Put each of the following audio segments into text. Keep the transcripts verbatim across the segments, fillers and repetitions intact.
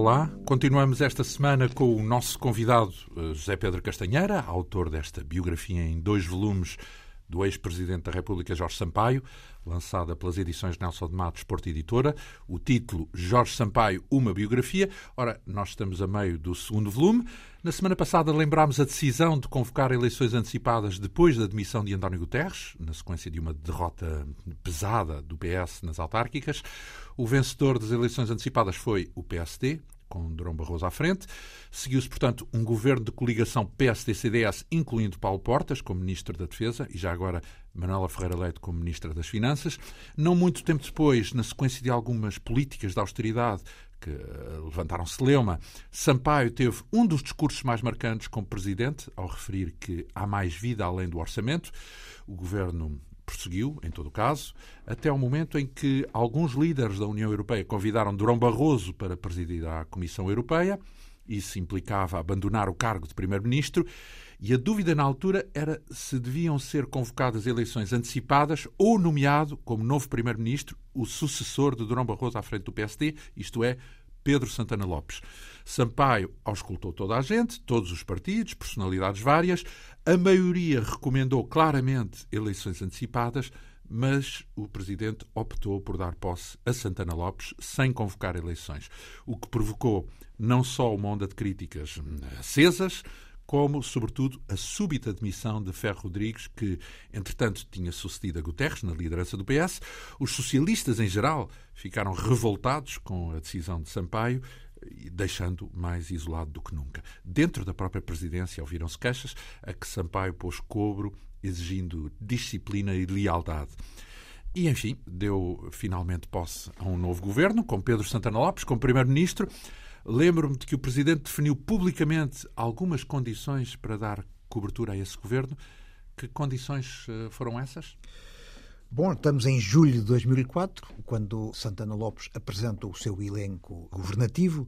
Olá, continuamos esta semana com o nosso convidado José Pedro Castanheira, autor desta biografia em dois volumes do ex-presidente da República Jorge Sampaio, lançada pelas edições Nelson de Matos, Porto Editora. O título Jorge Sampaio, uma biografia. Ora, nós estamos a meio do segundo volume. Na semana passada lembrámos a decisão de convocar eleições antecipadas depois da demissão de António Guterres, na sequência de uma derrota pesada do P S nas autárquicas. O vencedor das eleições antecipadas foi o P S D, com Durão Barroso à frente. Seguiu-se, portanto, um governo de coligação P S D C D S, incluindo Paulo Portas como Ministro da Defesa e já agora Manuela Ferreira Leite como Ministra das Finanças. Não muito tempo depois, na sequência de algumas políticas de austeridade que levantaram celeuma, Sampaio teve um dos discursos mais marcantes como Presidente, ao referir que há mais vida além do orçamento. O governo prosseguiu, em todo o caso, até ao momento em que alguns líderes da União Europeia convidaram Durão Barroso para presidir a Comissão Europeia. Isso implicava abandonar o cargo de Primeiro-Ministro e a dúvida na altura era se deviam ser convocadas eleições antecipadas ou nomeado como novo Primeiro-Ministro o sucessor de Durão Barroso à frente do P S D, isto é, Pedro Santana Lopes. Sampaio auscultou toda a gente, todos os partidos, personalidades várias. A maioria recomendou claramente eleições antecipadas, mas o Presidente optou por dar posse a Santana Lopes sem convocar eleições, o que provocou não só uma onda de críticas acesas, como, sobretudo, a súbita demissão de Ferro Rodrigues, que, entretanto, tinha sucedido a Guterres na liderança do P S. Os socialistas, em geral, ficaram revoltados com a decisão de Sampaio, deixando mais isolado do que nunca. Dentro da própria presidência, ouviram-se queixas a que Sampaio pôs cobro, exigindo disciplina e lealdade. E, enfim, deu finalmente posse a um novo governo, com Pedro Santana Lopes como Primeiro-Ministro. Lembro-me de que o Presidente definiu publicamente algumas condições para dar cobertura a esse governo. Que condições foram essas? Bom, estamos em julho de dois mil e quatro, quando Santana Lopes apresenta o seu elenco governativo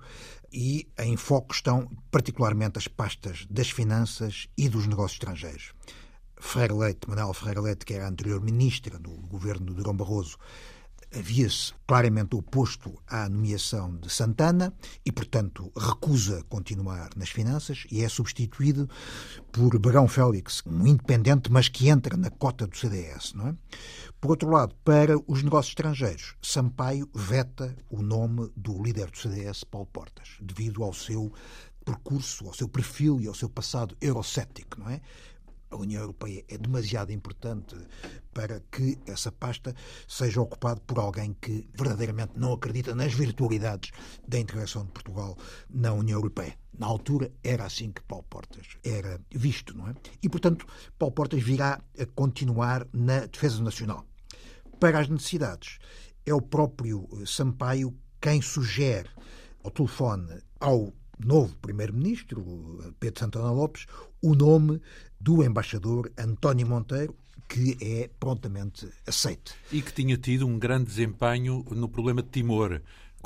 e em foco estão particularmente as pastas das finanças e dos negócios estrangeiros. Ferreira Leite, Manuela Ferreira Leite, que era a anterior ministra do governo de Durão Barroso, havia-se claramente oposto à nomeação de Santana e, portanto, recusa continuar nas finanças e é substituído por Brão Félix, um independente, mas que entra na cota do C D S, não é? Por outro lado, para os negócios estrangeiros, Sampaio veta o nome do líder do C D S, Paulo Portas, devido ao seu percurso, ao seu perfil e ao seu passado eurocético, não é? A União Europeia é demasiado importante para que essa pasta seja ocupada por alguém que verdadeiramente não acredita nas virtualidades da integração de Portugal na União Europeia. Na altura era assim que Paulo Portas era visto, não é? E, portanto, Paulo Portas virá a continuar na defesa nacional. Para as necessidades, é o próprio Sampaio quem sugere ao telefone ao novo Primeiro-Ministro, Pedro Santana Lopes, o nome do embaixador António Monteiro, que é prontamente aceite. E que tinha tido um grande desempenho no problema de Timor,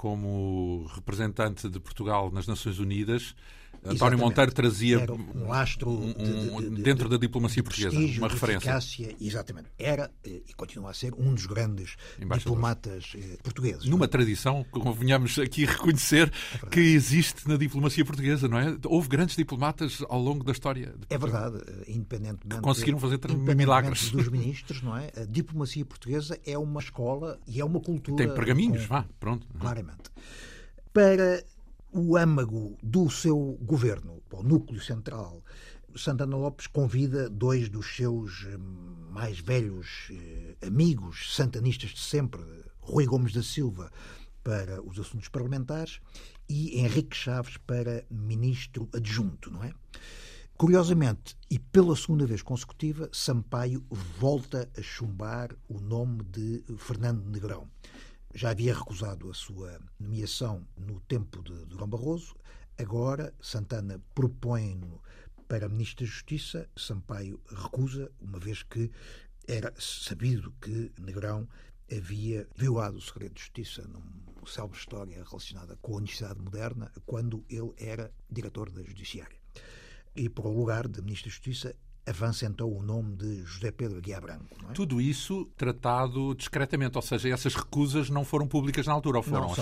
como representante de Portugal nas Nações Unidas. António Exatamente. Monteiro trazia era um lastro um, de, de, de, dentro da diplomacia de portuguesa, prestígio, uma de referência. Eficácia, exatamente. Era e continua a ser um dos grandes diplomatas eh, portugueses. Numa tradição, convenhamos aqui reconhecer, é que existe na diplomacia portuguesa, não é? Houve grandes diplomatas ao longo da história de Portugal. É verdade, independentemente, que conseguiram fazer independentemente milagres dos ministros, não é? A diplomacia portuguesa é uma escola e é uma cultura. Tem pergaminhos, com... vá, pronto. Claramente. Para o âmago do seu governo, o núcleo central, Santana Lopes convida dois dos seus mais velhos amigos santanistas de sempre, Rui Gomes da Silva, para os assuntos parlamentares e Henrique Chaves para ministro adjunto, não é? Curiosamente, e pela segunda vez consecutiva, Sampaio volta a chumbar o nome de Fernando Negrão. Já havia recusado a sua nomeação no tempo de Durão Barroso. Agora, Santana propõe-no para Ministro da Justiça. Sampaio recusa, uma vez que era sabido que Negrão havia violado o segredo de justiça numa célebre história relacionada com a Universidade Moderna, quando ele era diretor da Judiciária. E, para o lugar de Ministro da Justiça, avança então o nome de José Pedro Aguiar Branco. Não é? Tudo isso tratado discretamente, ou seja, essas recusas não foram públicas na altura, ou foram? Não ou são. chegaram?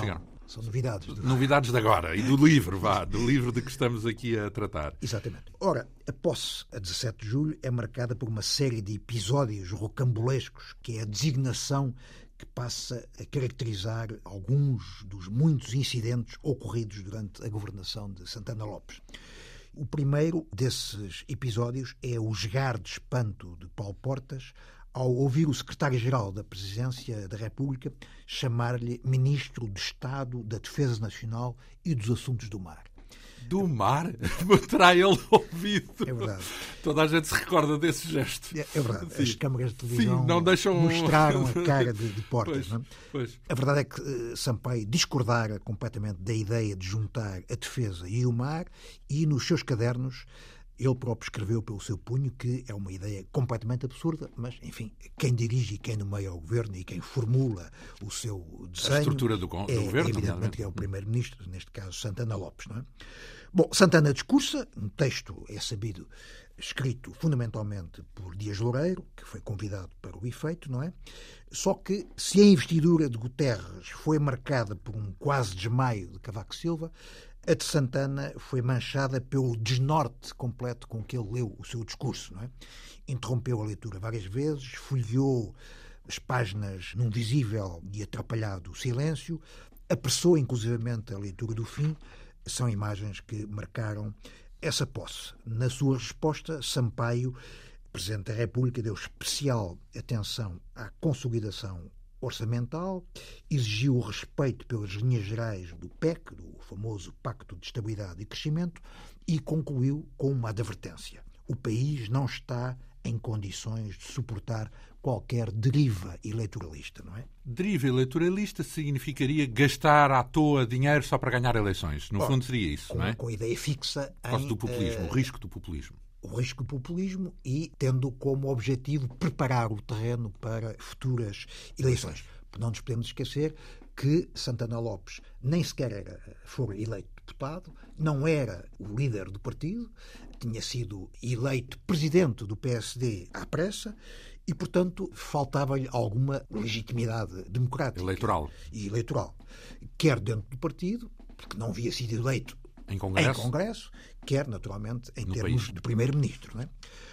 São novidades. Do... Novidades de agora e do livro, vá, do livro de que estamos aqui a tratar. Exatamente. Ora, a posse a dezassete de julho é marcada por uma série de episódios rocambolescos, que é a designação que passa a caracterizar alguns dos muitos incidentes ocorridos durante a governação de Santana Lopes. O primeiro desses episódios é o gegar de espanto de Paulo Portas ao ouvir o secretário-geral da Presidência da República chamar-lhe Ministro de Estado da Defesa Nacional e dos Assuntos do Mar. Do mar? Terá ele ouvido? É verdade. Toda a gente se recorda desse gesto. É, é verdade. Sim. As câmaras de televisão Sim, não deixam... mostraram a cara de, de Portas. Pois, não é? Pois. A verdade é que uh, Sampaio discordara completamente da ideia de juntar a defesa e o mar, e nos seus cadernos ele próprio escreveu pelo seu punho que é uma ideia completamente absurda, mas, enfim, quem dirige e quem nomeia o governo e quem formula o seu desenho... A estrutura do, do é, governo. Evidentemente que é o primeiro-ministro, neste caso Santana Lopes, não é? Bom, Santana discursa, um texto, é sabido, escrito fundamentalmente por Dias Loureiro, que foi convidado para o efeito, não é? Só que, se a investidura de Guterres foi marcada por um quase desmaio de Cavaco Silva, a de Santana foi manchada pelo desnorte completo com que ele leu o seu discurso, não é? Interrompeu a leitura várias vezes, folheou as páginas num visível e atrapalhado silêncio, apressou inclusivamente a leitura do fim. São imagens que marcaram essa posse. Na sua resposta, Sampaio, Presidente da República, deu especial atenção à consolidação orçamental, exigiu o respeito pelas linhas gerais do P E C, do famoso Pacto de Estabilidade e Crescimento, e concluiu com uma advertência. O país não está em condições de suportar qualquer deriva eleitoralista, não é? Deriva eleitoralista significaria gastar à toa dinheiro só para ganhar eleições. No Bom, fundo seria isso, com, não é? Com a ideia fixa Por causa em... do populismo, uh, o risco do populismo. o risco do populismo e tendo como objetivo preparar o terreno para futuras eleições. Não nos podemos esquecer que Santana Lopes nem sequer era, foi eleito deputado, não era o líder do partido, tinha sido eleito presidente do P S D à pressa e, portanto, faltava-lhe alguma legitimidade democrática Eleitoral. e eleitoral, quer dentro do partido, porque não havia sido eleito Em Congresso. em Congresso, quer, naturalmente, em No termos país. de primeiro-ministro. Não é?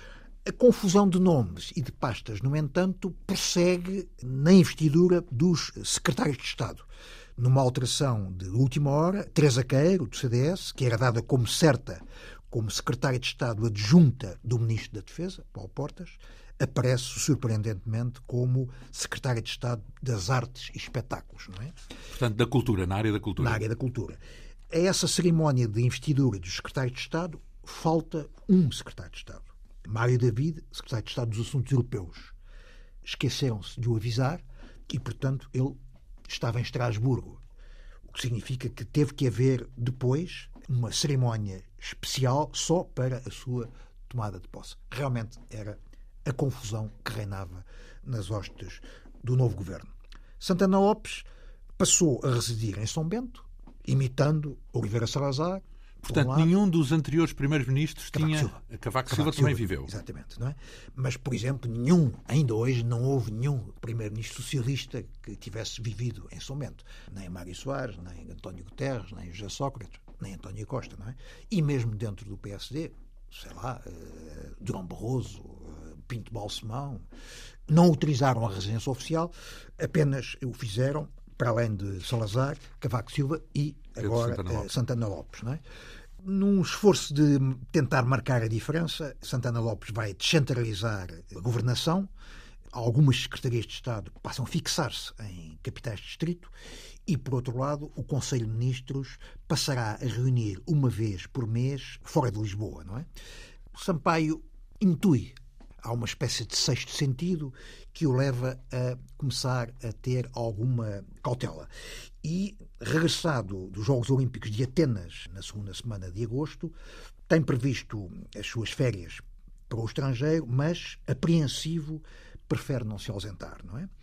A confusão de nomes e de pastas, no entanto, prossegue na investidura dos secretários de Estado. Numa alteração de última hora, Teresa Queiro, do C D S, que era dada como certa como secretária de Estado adjunta do Ministro da Defesa, Paulo Portas, aparece surpreendentemente como secretária de Estado das Artes e Espetáculos. Não é? Portanto, da cultura, na área da cultura. Na área da cultura. A essa cerimónia de investidura dos secretários de Estado falta um secretário de Estado. Mário David, secretário de Estado dos Assuntos Europeus. Esqueceram-se de o avisar e, portanto, ele estava em Estrasburgo. O que significa que teve que haver depois uma cerimónia especial só para a sua tomada de posse. Realmente era a confusão que reinava nas hostes do novo governo. Santana Lopes passou a residir em São Bento, imitando Oliveira Salazar. Portanto, um nenhum dos anteriores primeiros-ministros tinha... Silva. Cavaco Cavaco Silva também viveu. Exatamente. Não é? Mas, por exemplo, nenhum, ainda hoje, não houve nenhum primeiro-ministro socialista que tivesse vivido em São Bento. Nem Mário Soares, nem António Guterres, nem José Sócrates, nem António Costa. Não é? E mesmo dentro do P S D, sei lá, uh, Durão Barroso, uh, Pinto Balsemão, não utilizaram a residência oficial, apenas o fizeram para além de Salazar, Cavaco Silva e agora Santana Lopes. Santana Lopes, não é? Num esforço de tentar marcar a diferença, Santana Lopes vai descentralizar a governação, algumas secretarias de Estado passam a fixar-se em capitais de distrito e, por outro lado, o Conselho de Ministros passará a reunir uma vez por mês fora de Lisboa, não é? O Sampaio intui. Há uma espécie de sexto sentido que o leva a começar a ter alguma cautela. E, regressado dos Jogos Olímpicos de Atenas, na segunda semana de agosto, tem previsto as suas férias para o estrangeiro, mas, apreensivo, prefere não se ausentar, não é?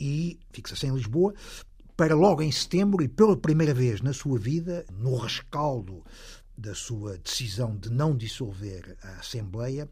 E fixa-se em Lisboa para logo em setembro, e pela primeira vez na sua vida, no rescaldo da sua decisão de não dissolver a Assembleia,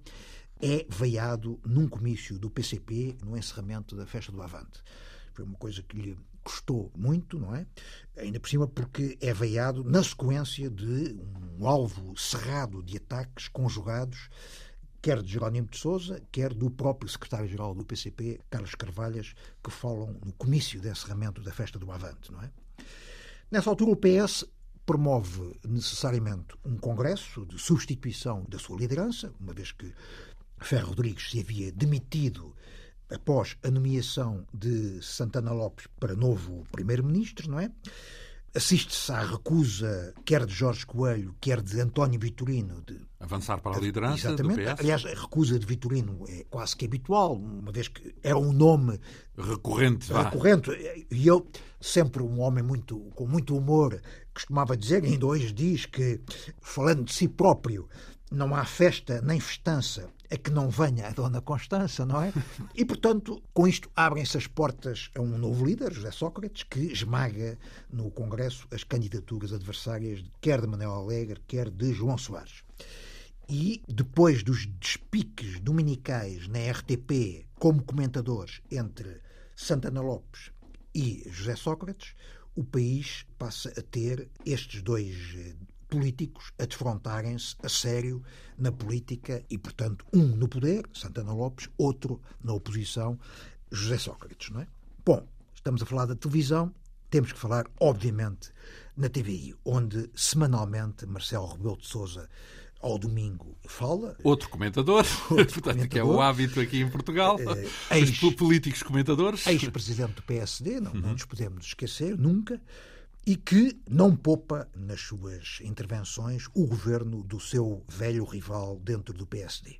é veiado num comício do P C P no encerramento da Festa do Avante. Foi uma coisa que lhe custou muito, não é? Ainda por cima porque é veiado na sequência de um alvo cerrado de ataques conjugados, quer de Jerónimo de Sousa, quer do próprio secretário-geral do P C P, Carlos Carvalhas, que falam no comício de encerramento da festa do Avante, não é? Nessa altura o P S promove necessariamente um congresso de substituição da sua liderança, uma vez que Ferro Rodrigues se havia demitido após a nomeação de Santana Lopes para novo primeiro-ministro, não é? Assiste-se à recusa quer de Jorge Coelho, quer de António Vitorino de avançar para a liderança. Exatamente. Do P S. Aliás, a recusa de Vitorino é quase que habitual, uma vez que era um nome recorrente. recorrente. E eu, sempre um homem muito, com muito humor, costumava dizer, e ainda hoje diz, que, falando de si próprio, não há festa nem festança a que não venha a Dona Constança, não é? E, portanto, com isto abrem-se as portas a um novo líder, José Sócrates, que esmaga no Congresso as candidaturas adversárias quer de Manuel Alegre, quer de João Soares. E, depois dos despiques dominicais na R T P como comentadores entre Santana Lopes e José Sócrates, o país passa a ter estes dois políticos a defrontarem-se a sério na política e, portanto, um no poder, Santana Lopes, outro na oposição, José Sócrates, não é? Bom, estamos a falar da televisão, temos que falar, obviamente, na T V I, onde semanalmente Marcelo Rebelo de Sousa, ao domingo, fala. Outro comentador, Outro portanto, comentador. Que é o hábito aqui em Portugal. Uh, ex, Os políticos comentadores. Ex-presidente do P S D, não, uhum. não nos podemos esquecer, nunca, e que não poupa nas suas intervenções o governo do seu velho rival dentro do P S D.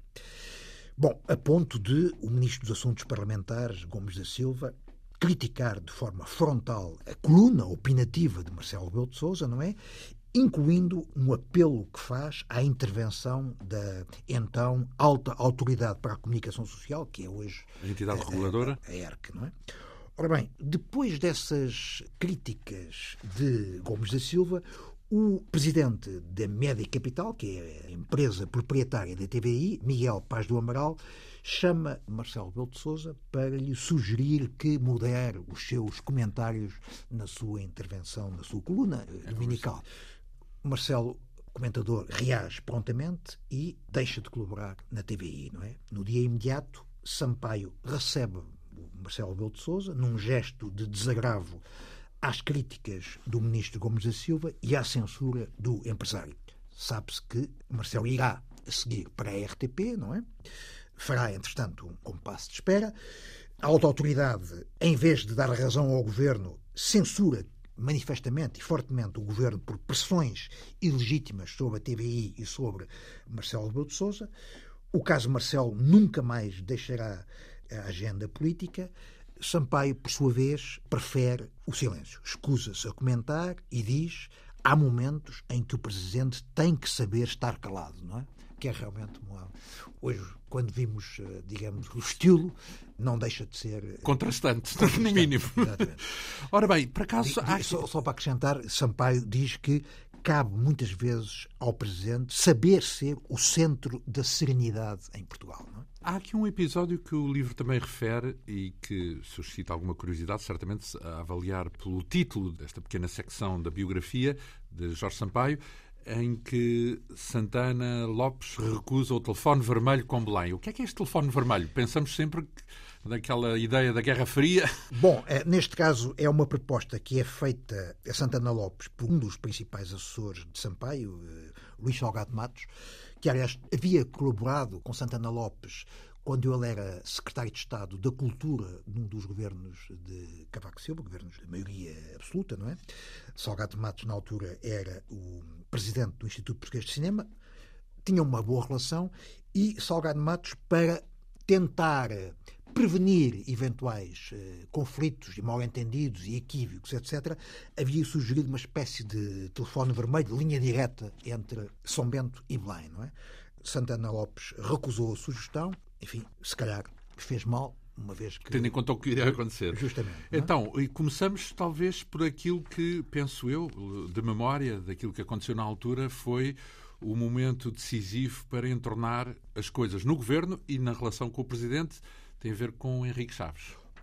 Bom, a ponto de o Ministro dos Assuntos Parlamentares, Gomes da Silva, criticar de forma frontal a coluna opinativa de Marcelo Rebelo de Sousa, não é? Incluindo um apelo que faz à intervenção da, então, alta autoridade para a comunicação social, que é hoje a entidade a, reguladora, a, a E R C, não é? Ora bem, depois dessas críticas de Gomes da Silva, o presidente da Média Capital, que é a empresa proprietária da T V I, Miguel Paz do Amaral, chama Marcelo Rebelo de Sousa para lhe sugerir que modere os seus comentários na sua intervenção, na sua coluna dominical. Marcelo, comentador, reage prontamente e deixa de colaborar na T V I, não é? No dia imediato, Sampaio recebe o Marcelo Rebelo de Sousa num gesto de desagravo às críticas do ministro Gomes da Silva e à censura do empresário. Sabe-se que Marcelo irá a seguir para a R T P, não é? Fará, entretanto, um compasso de espera. A alta autoridade, em vez de dar razão ao governo, censura manifestamente e fortemente o governo por pressões ilegítimas sobre a T V I e sobre Marcelo Rebelo de Sousa. O caso Marcelo nunca mais deixará a agenda política. Sampaio, por sua vez, prefere o silêncio. Escusa-se a comentar e diz: há momentos em que o Presidente tem que saber estar calado, não é? Que é realmente uma... Hoje, quando vimos, digamos, o estilo, não deixa de ser... Contrastante, contrastante no mínimo. Exatamente. Ora bem, por acaso... Diz, diz, só, só para acrescentar, Sampaio diz que cabe muitas vezes ao Presidente saber ser o centro da serenidade em Portugal, não é? Há aqui um episódio que o livro também refere e que suscita alguma curiosidade, certamente, a avaliar pelo título desta pequena secção da biografia de Jorge Sampaio, em que Santana Lopes recusa o telefone vermelho com Belém. O que é que é este telefone vermelho? Pensamos sempre naquela ideia da Guerra Fria. Bom, neste caso é uma proposta que é feita a Santana Lopes por um dos principais assessores de Sampaio, Luís Salgado Matos, que, aliás, havia colaborado com Santana Lopes quando ele era secretário de Estado da Cultura num dos governos de Cavaco Silva, governos de maioria absoluta, não é? Salgado Matos, na altura, era o presidente do Instituto Português de Cinema, tinha uma boa relação e Salgado Matos, para tentar prevenir eventuais eh, conflitos e mal-entendidos e equívocos, etcétera, havia sugerido uma espécie de telefone vermelho, de linha direta entre São Bento e Belém, não é? Santana Lopes recusou a sugestão, enfim, se calhar fez mal, uma vez que... Tendo em conta o que iria acontecer. Justamente. Então, e começamos talvez por aquilo que, penso eu, de memória, daquilo que aconteceu na altura, foi o momento decisivo para entornar as coisas no governo e na relação com o Presidente, tem a ver com Henrique Chaves.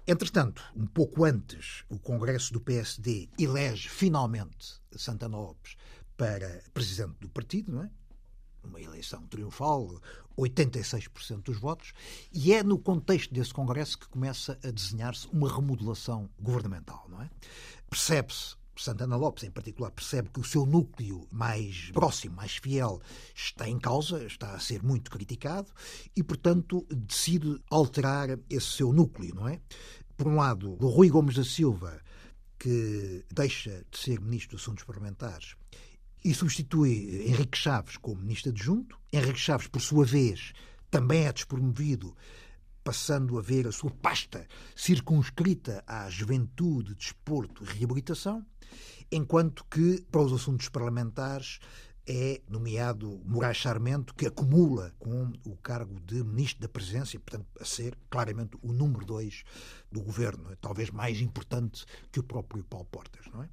Entretanto, um pouco antes, o Congresso do P S D elege finalmente Santana Lopes para presidente do partido, não é? Uma eleição triunfal, oitenta e seis por cento dos votos, e é no contexto desse Congresso que começa a desenhar-se uma remodelação governamental, não é? Percebe-se, Santana Lopes, em particular, percebe que o seu núcleo mais próximo, mais fiel, está em causa, está a ser muito criticado e, portanto, decide alterar esse seu núcleo, não é? Por um lado, o Rui Gomes da Silva, que deixa de ser Ministro dos Assuntos Parlamentares e substitui Henrique Chaves como Ministro Adjunto. Henrique Chaves, por sua vez, também é despromovido, passando a ver a sua pasta circunscrita à juventude, desporto e reabilitação, enquanto que, para os assuntos parlamentares, é nomeado Moraes Sarmento, que acumula com o cargo de Ministro da Presidência, portanto, a ser claramente o número dois do governo, talvez mais importante que o próprio Paulo Portas, não é?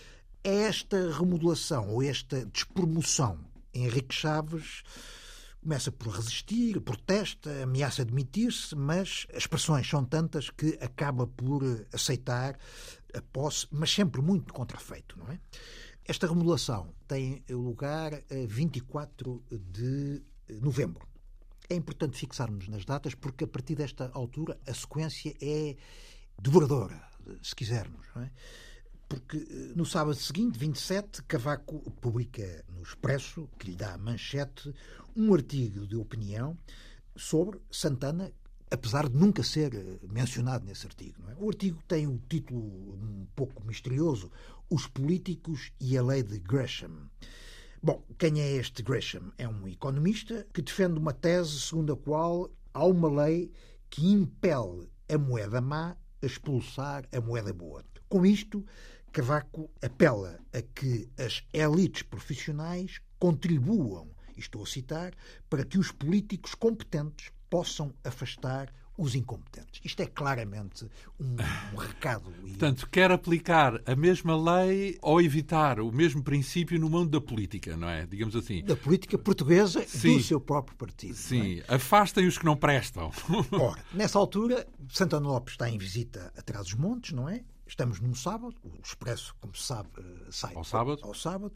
Esta remodelação ou esta despromoção em Henrique Chaves começa por resistir, protesta, ameaça demitir-se, mas as pressões são tantas que acaba por aceitar a posse, mas sempre muito contrafeito, não é? Esta remodelação tem lugar a vinte e quatro de novembro. É importante fixarmos nas datas porque, a partir desta altura, a sequência é devoradora, se quisermos, não é? Porque no sábado seguinte, vinte e sete, Cavaco publica no Expresso, que lhe dá a manchete, um artigo de opinião sobre Santana, apesar de nunca ser mencionado nesse artigo, não é? O artigo tem um título um pouco misterioso, Os Políticos e a Lei de Gresham. Bom, quem é este Gresham? É um economista que defende uma tese segundo a qual há uma lei que impele a moeda má a expulsar a moeda boa. Com isto, Cavaco apela a que as elites profissionais contribuam, e estou a citar, para que os políticos competentes possam afastar os incompetentes. Isto é claramente um, um recado. Portanto, quer aplicar a mesma lei ou evitar o mesmo princípio no mundo da política, não é? Digamos assim. Da política portuguesa, sim, do seu próprio partido. Sim, é? Afastem os que não prestam. Ora, nessa altura, Santana Lopes está em visita a Trás-os-Montes, não é? Estamos num sábado, o Expresso, como se sabe, sai ao sábado. ao sábado.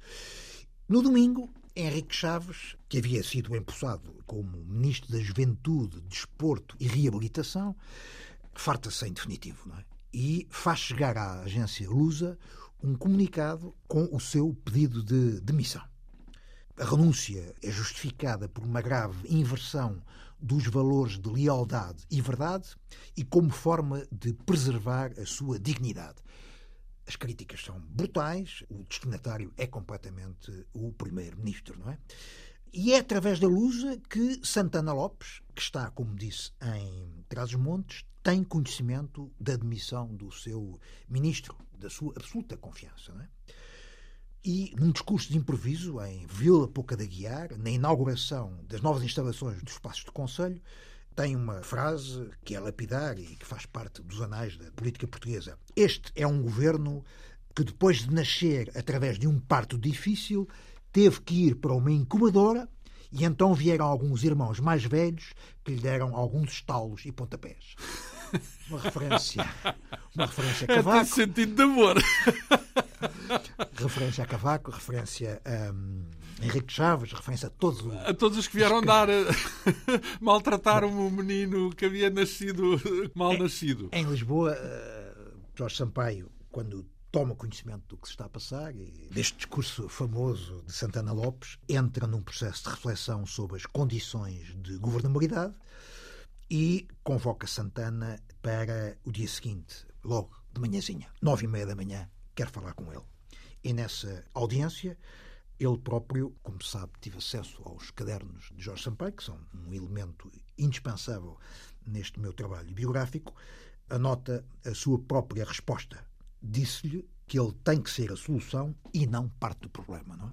No domingo, Henrique Chaves, que havia sido empossado como Ministro da Juventude, Desporto e Reabilitação, farta-se em definitivo, não é? E faz chegar à agência Lusa um comunicado com o seu pedido de demissão. A renúncia é justificada por uma grave inversão dos valores de lealdade e verdade e como forma de preservar a sua dignidade. As críticas são brutais, o destinatário é completamente o primeiro-ministro, não é? E é através da Lusa que Santana Lopes, que está, como disse, em Trás-os-Montes, tem conhecimento da demissão do seu ministro, da sua absoluta confiança, não é? E, num discurso de improviso em Vila Pouca de Aguiar, na inauguração das novas instalações dos Espaços do Conselho, tem uma frase que é lapidar e que faz parte dos anais da política portuguesa. Este é um governo que, depois de nascer através de um parto difícil, teve que ir para uma incubadora e então vieram alguns irmãos mais velhos que lhe deram alguns estalos e pontapés. Uma referência, uma referência a Cavaco. É tem sentido de amor. Referência a Cavaco, referência a um, Henrique Chaves, referência a todos os... A todos os que vieram dar... maltrataram o menino que havia nascido mal nascido. Em, em Lisboa, uh, Jorge Sampaio, quando toma conhecimento do que se está a passar e deste discurso famoso de Santana Lopes, entra num processo de reflexão sobre as condições de governabilidade e convoca Santana para o dia seguinte, logo de manhãzinha, nove e meia da manhã, quer falar com ele. E nessa audiência, ele próprio, como sabe, tive acesso aos cadernos de Jorge Sampaio, que são um elemento indispensável neste meu trabalho biográfico, anota a sua própria resposta. Disse-lhe que ele tem que ser a solução e não parte do problema, não é?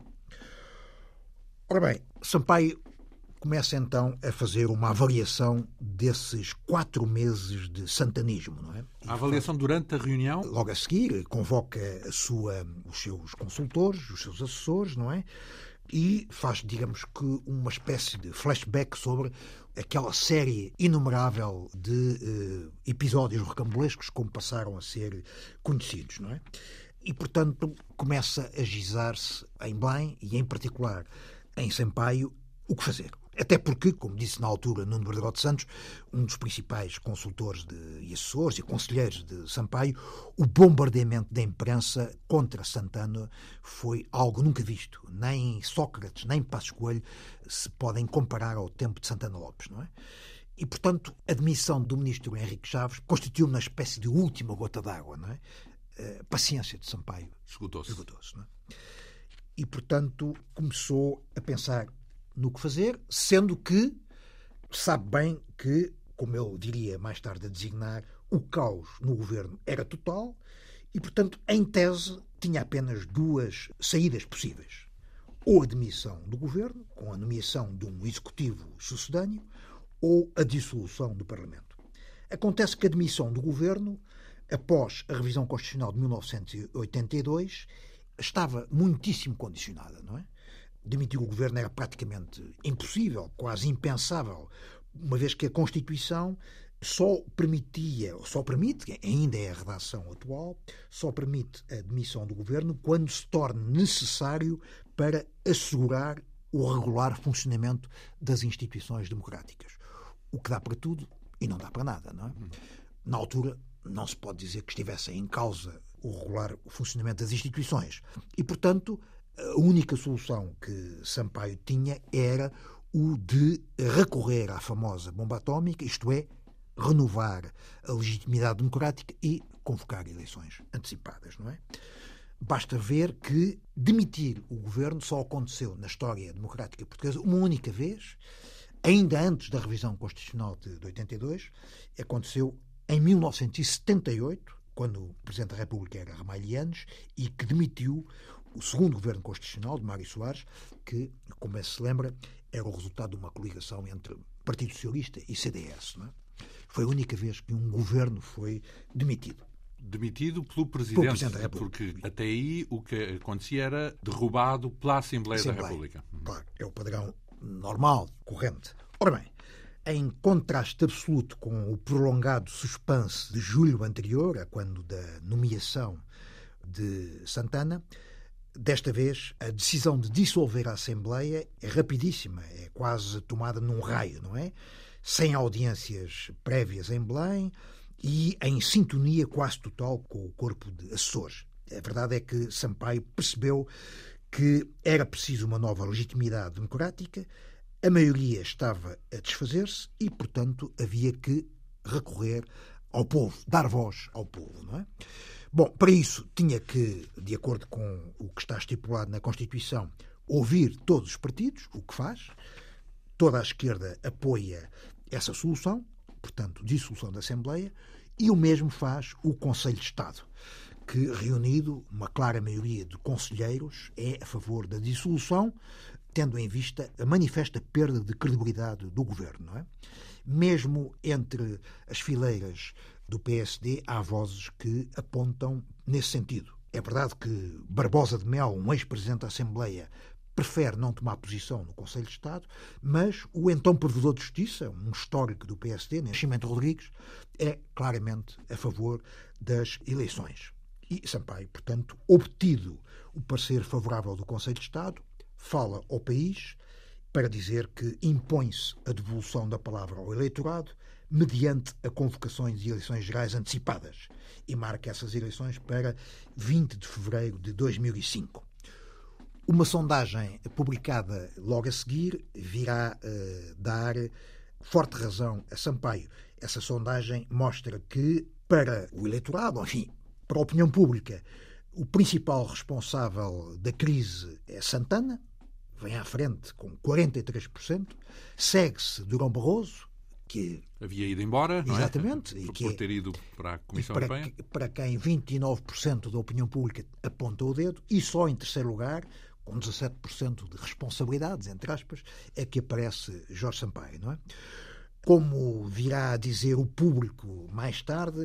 Ora bem, Sampaio começa então a fazer uma avaliação desses quatro meses de santanismo, não é? A avaliação faz... durante a reunião? Logo a seguir, convoca a sua, os seus consultores, os seus assessores, não é? e faz, digamos que, uma espécie de flashback sobre aquela série inumerável de eh, episódios rocambolescos como passaram a ser conhecidos, não é? E, portanto, começa a gizar-se em Belém e, em particular, em Sampaio, o que fazer. Até porque, como disse na altura Nuno Brandão dos Santos, um dos principais consultores de, e assessores e conselheiros de Sampaio, o bombardeamento da imprensa contra Santana foi algo nunca visto. Nem Sócrates, nem Passos Coelho se podem comparar ao tempo de Santana Lopes, não é? E, portanto, a demissão do ministro Henrique Chaves constituiu uma espécie de última gota d'água, não é? A paciência de Sampaio esgotou-se. esgotou-se, não é? E, portanto, começou a pensar no que fazer, sendo que sabe bem que, como eu diria mais tarde a designar, o caos no governo era total e, portanto, em tese, tinha apenas duas saídas possíveis. Ou a demissão do governo, com a nomeação de um executivo sucedâneo, ou a dissolução do Parlamento. Acontece que a demissão do governo, após a revisão constitucional de mil novecentos e oitenta e dois, estava muitíssimo condicionada, não é? Demitir o governo era praticamente impossível, quase impensável, uma vez que a Constituição só permitia, só permite, ainda é a redação atual, só permite a demissão do governo quando se torne necessário para assegurar o regular funcionamento das instituições democráticas. O que dá para tudo e não dá para nada, não é? Na altura, não se pode dizer que estivesse em causa o regular funcionamento das instituições. E, portanto, a única solução que Sampaio tinha era o de recorrer à famosa bomba atómica, isto é, renovar a legitimidade democrática e convocar eleições antecipadas, não é? Basta ver que demitir o governo só aconteceu na história democrática portuguesa uma única vez, ainda antes da revisão constitucional de oitenta e dois, aconteceu em mil novecentos e setenta e oito, quando o Presidente da República era Ramalhianes e que demitiu o segundo governo constitucional de Mário Soares, que, como se lembra, era o resultado de uma coligação entre Partido Socialista e C D S. Não é? Foi a única vez que um governo foi demitido. Demitido pelo Presidente, pelo Presidente da República. Porque até aí o que acontecia era derrubado pela Assembleia, Assembleia da República. Claro, é o padrão normal, corrente. Ora bem, em contraste absoluto com o prolongado suspense de julho anterior, a quando da nomeação de Santana, desta vez a decisão de dissolver a Assembleia é rapidíssima, é quase tomada num raio, não é? Sem audiências prévias em Belém e em sintonia quase total com o corpo de assessores. A verdade é que Sampaio percebeu que era preciso uma nova legitimidade democrática, a maioria estava a desfazer-se e, portanto, havia que recorrer ao povo, dar voz ao povo, não é? Bom, para isso tinha que, de acordo com o que está estipulado na Constituição, ouvir todos os partidos, o que faz. Toda a esquerda apoia essa solução, portanto, dissolução da Assembleia, e o mesmo faz o Conselho de Estado, que, reunido uma clara maioria de conselheiros, é a favor da dissolução, tendo em vista a manifesta perda de credibilidade do governo, não é? Mesmo entre as fileiras do P S D, há vozes que apontam nesse sentido. É verdade que Barbosa de Mel, um ex-presidente da Assembleia, prefere não tomar posição no Conselho de Estado, mas o então Provedor de Justiça, um histórico do P S D, Nascimento Rodrigues, é claramente a favor das eleições. E Sampaio, portanto, obtido o parecer favorável do Conselho de Estado, fala ao país para dizer que impõe-se a devolução da palavra ao eleitorado mediante a convocações de eleições gerais antecipadas e marca essas eleições para vinte de fevereiro de dois mil e cinco. Uma sondagem publicada logo a seguir virá uh, dar forte razão a Sampaio. Essa sondagem mostra que, para o eleitorado, enfim, para a opinião pública, o principal responsável da crise é Santana, vem à frente com quarenta e três por cento, segue-se Durão Barroso, que havia ido embora, não exatamente, é? E por, que por é, ter ido para a Comissão para, Europeia. Para quem vinte e nove por cento da opinião pública aponta o dedo, e só em terceiro lugar, com dezassete por cento de responsabilidades, entre aspas, é que aparece Jorge Sampaio, não é? Como virá a dizer o público mais tarde,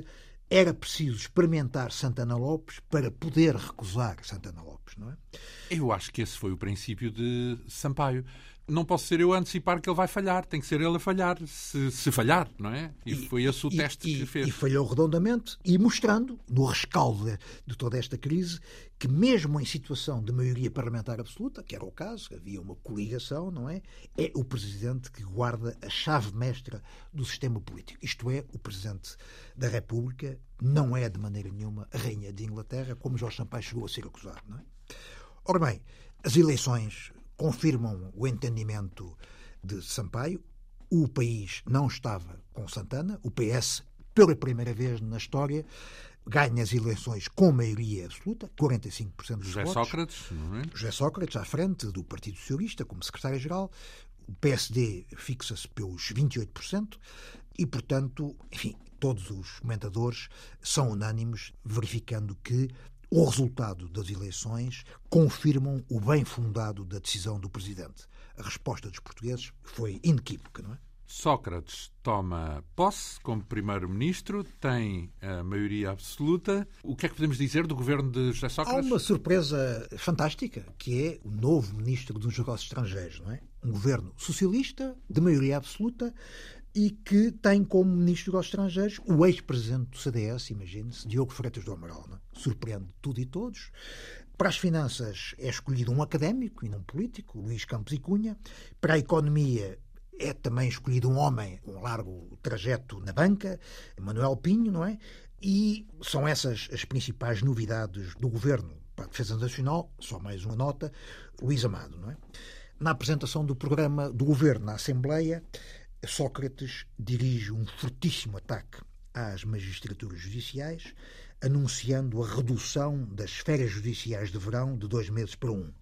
era preciso experimentar Santana Lopes para poder recusar Santana Lopes, não é? Eu acho que esse foi o princípio de Sampaio. Não posso ser eu a antecipar que ele vai falhar, tem que ser ele a falhar, se, se falhar, não é? E, e foi esse o e, teste e, que fez. E falhou redondamente, e mostrando, no rescaldo de, de toda esta crise, que mesmo em situação de maioria parlamentar absoluta, que era o caso, havia uma coligação, não é? É o Presidente que guarda a chave mestra do sistema político. Isto é, o Presidente da República não é, de maneira nenhuma, a Rainha de Inglaterra, como Jorge Sampaio chegou a ser acusado, não é? Ora bem, as eleições confirmam o entendimento de Sampaio. O país não estava com Santana. O P S, pela primeira vez na história, ganha as eleições com maioria absoluta, quarenta e cinco por cento dos José votos. Sócrates, não é? José Sócrates, à frente do Partido Socialista, como secretário-geral. O P S D fixa-se pelos vinte e oito por cento e, portanto, enfim, todos os comentadores são unânimes, verificando que o resultado das eleições confirmam o bem fundado da decisão do Presidente. A resposta dos portugueses foi inequívoca, não é? Sócrates toma posse como primeiro-ministro, tem a maioria absoluta. O que é que podemos dizer do governo de José Sócrates? Há uma surpresa fantástica, que é o novo ministro dos Negócios Estrangeiros, não é? Um governo socialista, de maioria absoluta, e que tem como ministro dos Estrangeiros o ex-presidente do C D S, imagine-se, Diogo Freitas do Amaral. Não é? Surpreende tudo e todos. Para as finanças é escolhido um académico e não um político, Luís Campos e Cunha. Para a economia é também escolhido um homem com um largo trajeto na banca, Manuel Pinho, não é? E são essas as principais novidades do governo. Para a Defesa Nacional, só mais uma nota, Luís Amado, não é? Na apresentação do programa do governo na Assembleia, Sócrates dirige um fortíssimo ataque às magistraturas judiciais, anunciando a redução das férias judiciais de verão de dois meses para um.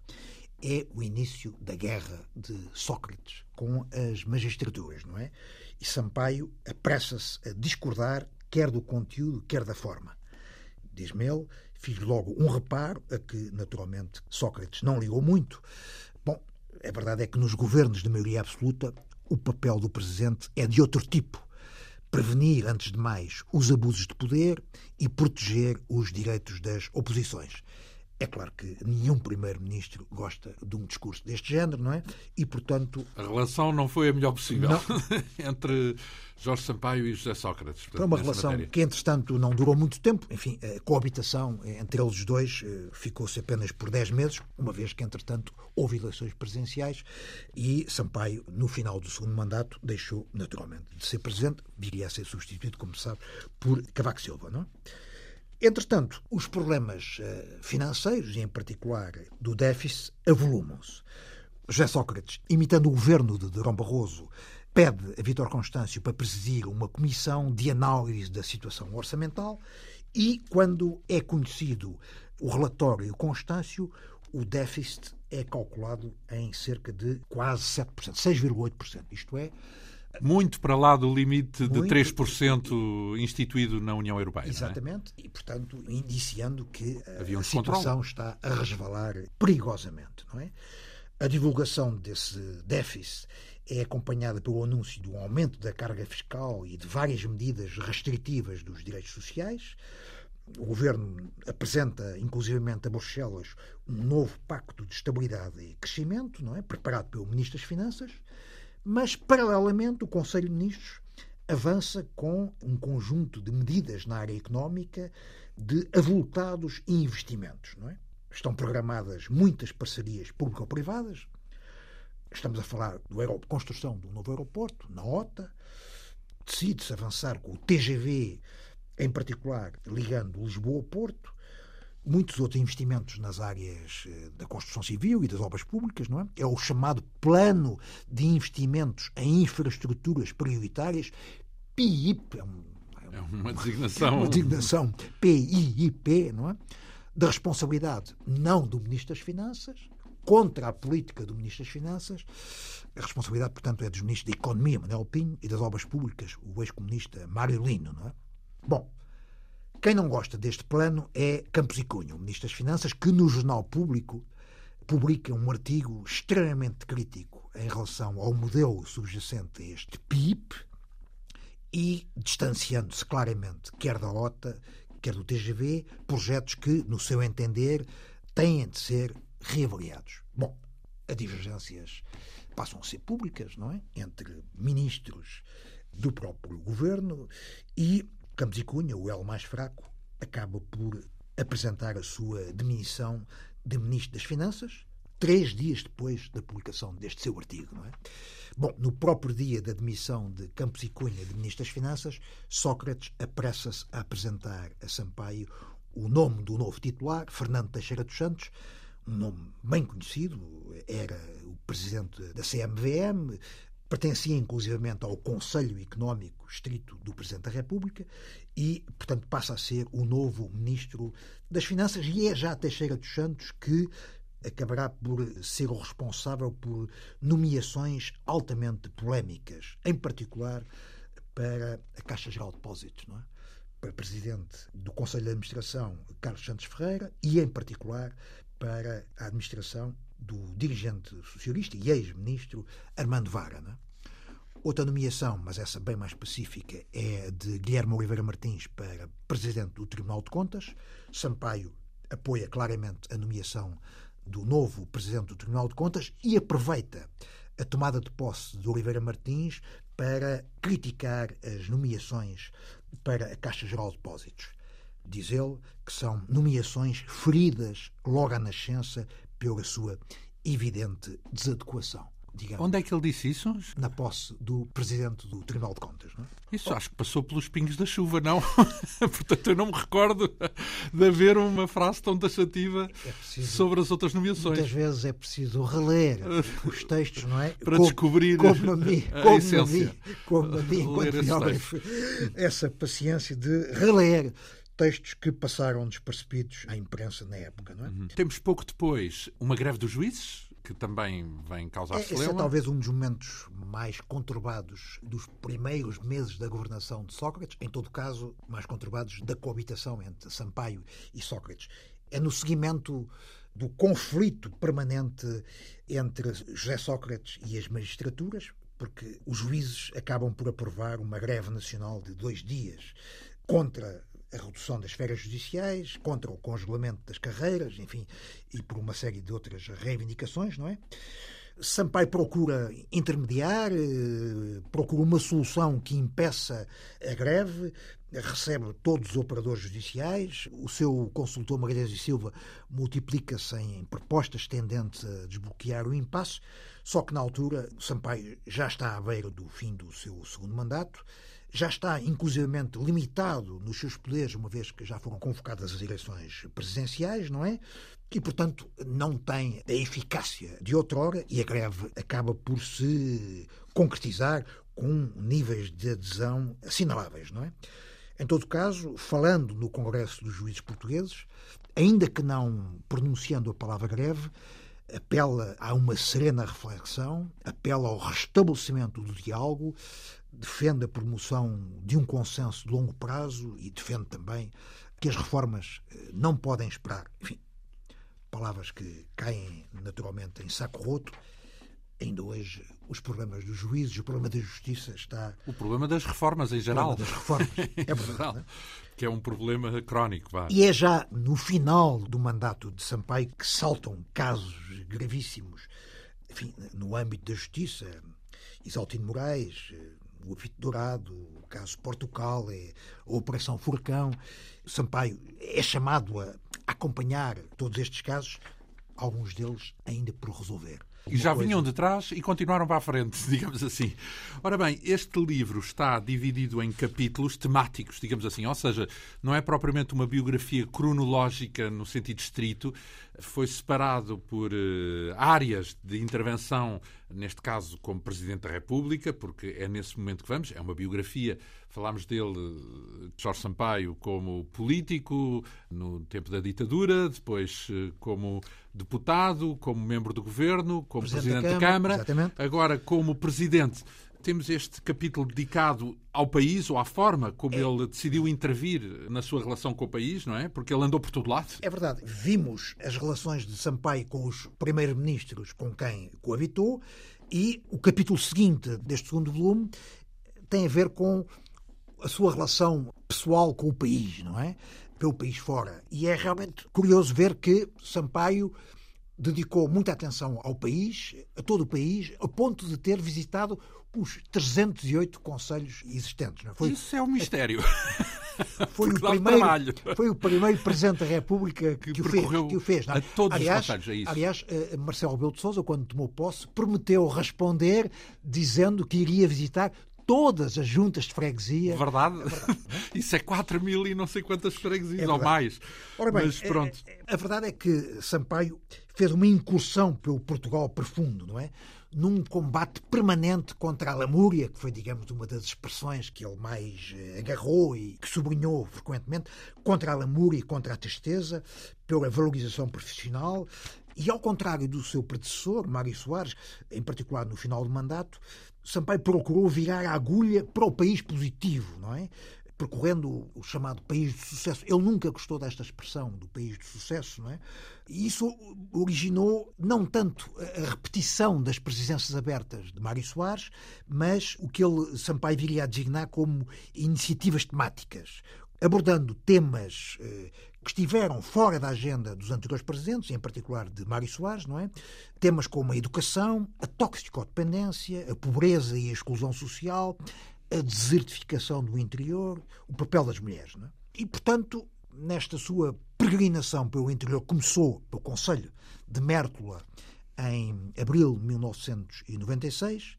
É o início da guerra de Sócrates com as magistraturas, não é? E Sampaio apressa-se a discordar quer do conteúdo, quer da forma. Diz-me ele, fiz logo um reparo a que, naturalmente, Sócrates não ligou muito. Bom, a verdade é que nos governos de maioria absoluta o papel do Presidente é de outro tipo. Prevenir, antes de mais, os abusos de poder e proteger os direitos das oposições. É claro que nenhum primeiro-ministro gosta de um discurso deste género, não é? E, portanto... A relação não foi a melhor possível entre Jorge Sampaio e José Sócrates. Portanto, foi uma relação matéria. que, entretanto, não durou muito tempo. Enfim, a coabitação entre eles os dois ficou-se apenas por dez meses, uma vez que, entretanto, houve eleições presidenciais e Sampaio, no final do segundo mandato, deixou, naturalmente, de ser presidente, viria a ser substituído, como se sabe, por Cavaco Silva, não é? Entretanto, os problemas uh, financeiros, e em particular do déficit, avolumam-se. José Sócrates, imitando o governo de Durão Barroso, pede a Vítor Constâncio para presidir uma comissão de análise da situação orçamental e, quando é conhecido o relatório Constâncio, o déficit é calculado em cerca de quase sete por cento, seis vírgula oito por cento. Isto é, muito para lá do limite Muito, de três por cento instituído na União Europeia. Exatamente, não é? E, portanto, indiciando que Havia um a situação está a resvalar perigosamente, não é? A divulgação desse déficit é acompanhada pelo anúncio de um aumento da carga fiscal e de várias medidas restritivas dos direitos sociais. O governo apresenta, inclusivamente a Bruxelas, um novo pacto de estabilidade e crescimento, não é? Preparado pelo Ministro das Finanças. Mas, paralelamente, o Conselho de Ministros avança com um conjunto de medidas na área económica de avultados investimentos. Não é? Estão programadas muitas parcerias público-privadas. Estamos a falar da construção de um novo aeroporto, na OTA. Decide-se avançar com o T G V, em particular, ligando Lisboa ao Porto. Muitos outros investimentos nas áreas da construção civil e das obras públicas, não é? É o chamado Plano de Investimentos em Infraestruturas Prioritárias, P I P, é, um, é uma designação, uma designação P I I P, não é? Da responsabilidade não do Ministro das Finanças, contra a política do Ministro das Finanças. A responsabilidade, portanto, é dos Ministros da Economia, Manuel Pinho, e das Obras Públicas, o ex-comunista Mário Lino, não é? Bom, quem não gosta deste plano é Campos e Cunha, o Ministro das Finanças, que no Jornal Público publica um artigo extremamente crítico em relação ao modelo subjacente a este P I P e distanciando-se claramente, quer da O T A, quer do T G V, projetos que, no seu entender, têm de ser reavaliados. Bom, as divergências passam a ser públicas, não é? Entre ministros do próprio governo e Campos e Cunha, o elo mais fraco, acaba por apresentar a sua demissão de Ministro das Finanças, três dias depois da publicação deste seu artigo, não é? Bom, no próprio dia da demissão de Campos e Cunha de Ministro das Finanças, Sócrates apressa-se a apresentar a Sampaio o nome do novo titular, Fernando Teixeira dos Santos, um nome bem conhecido, era o presidente da C M V M, pertencia inclusivamente ao Conselho Económico Estrito do Presidente da República e, portanto, passa a ser o novo Ministro das Finanças, e é já Teixeira dos Santos que acabará por ser o responsável por nomeações altamente polémicas, em particular para a Caixa Geral de Depósitos, não é? Para presidente do Conselho de Administração, Carlos Santos Ferreira, e, em particular, para a administração do dirigente socialista e ex-ministro Armando Vara, não é? Outra nomeação, mas essa bem mais específica, é de Guilherme Oliveira Martins para presidente do Tribunal de Contas. Sampaio apoia claramente a nomeação do novo presidente do Tribunal de Contas e aproveita a tomada de posse de Oliveira Martins para criticar as nomeações para a Caixa Geral de Depósitos. Diz ele que são nomeações feridas logo à nascença pela sua evidente desadequação. Digamos, onde é que ele disse isso? na posse do presidente do Tribunal de Contas, não é? Isso acho que passou pelos pingos da chuva, não? Portanto, eu não me recordo de haver uma frase tão taxativa é preciso, sobre as outras nomeações. Muitas vezes é preciso reler os textos, não é? Para como, descobrir como a mim, a como essência. A mim, como a mim, enquanto biógrafo, essa paciência de reler textos que passaram despercebidos à imprensa na época, não é? Uhum. Temos pouco depois uma greve dos juízes, que também vem causar é, celeuma. Esse é talvez um dos momentos mais conturbados dos primeiros meses da governação de Sócrates, em todo caso, mais conturbados da coabitação entre Sampaio e Sócrates. É no seguimento do conflito permanente entre José Sócrates e as magistraturas, porque os juízes acabam por aprovar uma greve nacional de dois dias contra a redução das férias judiciais, contra o congelamento das carreiras, enfim, e por uma série de outras reivindicações, não é? Sampaio procura intermediar, procura uma solução que impeça a greve, recebe todos os operadores judiciais, o seu consultor Magalhães e Silva multiplica-se em propostas tendentes a desbloquear o impasse, só que na altura Sampaio já está à beira do fim do seu segundo mandato, já está inclusivamente limitado nos seus poderes, uma vez que já foram convocadas as eleições presidenciais, não é? E, portanto, não tem a eficácia de outrora e a greve acaba por se concretizar com níveis de adesão assinaláveis, não é? Em todo caso, falando no Congresso dos Juízes Portugueses, ainda que não pronunciando a palavra greve, apela a uma serena reflexão, apela ao restabelecimento do diálogo, defende a promoção de um consenso de longo prazo e defende também que as reformas não podem esperar. Enfim, palavras que caem naturalmente em saco roto. Ainda hoje, os problemas dos juízes, o problema da justiça está... O problema das reformas em geral. O problema das reformas, é verdade. Não é? Que é um problema crónico. Vá. E é já no final do mandato de Sampaio que saltam casos gravíssimos, enfim, no âmbito da justiça. Isaltino Moraes, o Apito Dourado, o caso Portugal, a Operação Furacão. Sampaio é chamado a acompanhar todos estes casos, alguns deles ainda por resolver. E já vinham de trás e continuaram para a frente, digamos assim. Ora bem, este livro está dividido em capítulos temáticos, digamos assim, ou seja, não é propriamente uma biografia cronológica no sentido estrito, foi separado por uh, áreas de intervenção, neste caso como Presidente da República, porque é nesse momento que vamos, é uma biografia, falámos dele, de Jorge Sampaio, como político no tempo da ditadura, depois uh, como deputado, como membro do governo, como Presidente, Presidente da Câmara, da Câmara agora como Presidente. Temos este capítulo dedicado ao país ou à forma como é. ele decidiu intervir na sua relação com o país, não é? Porque ele andou por todo lado. É verdade. Vimos as relações de Sampaio com os primeiros-ministros com quem coabitou e o capítulo seguinte deste segundo volume tem a ver com a sua relação pessoal com o país, não é? Pelo país fora. E é realmente curioso ver que Sampaio dedicou muita atenção ao país, a todo o país, a ponto de ter visitado os trezentos e oito concelhos existentes. Não é? Foi, Isso é um mistério. Foi o, primeiro, foi o primeiro Presidente da República que, que, o, fez, que o fez. Não? A todos aliás, os concelhos, é isso. Aliás, Marcelo Rebelo de Sousa, quando tomou posse, prometeu responder dizendo que iria visitar todas as juntas de freguesia. Verdade? É verdade, é? Isso é quatro mil e não sei quantas freguesias, é ou mais. Ora bem, Mas pronto. A, a verdade é que Sampaio fez uma incursão pelo Portugal profundo, não é? Num combate permanente contra a lamúria, que foi, digamos, uma das expressões que ele mais agarrou e que sublinhou frequentemente, contra a lamúria e contra a tristeza, pela valorização profissional. E, ao contrário do seu predecessor, Mário Soares, em particular no final do mandato, Sampaio procurou virar a agulha para o país positivo, não é? Percorrendo o chamado país de sucesso. Ele nunca gostou desta expressão do país de sucesso, não é? E isso originou não tanto a repetição das presidências abertas de Mário Soares, mas o que ele, Sampaio, viria a designar como iniciativas temáticas, abordando temas eh, que estiveram fora da agenda dos anteriores presidentes, em particular de Mário Soares, não é? Temas como a educação, a toxicodependência, a pobreza e a exclusão social, a desertificação do interior, o papel das mulheres. Não é? E, portanto, nesta sua peregrinação pelo interior, começou pelo Concelho de Mértola em abril de mil novecentos e noventa e seis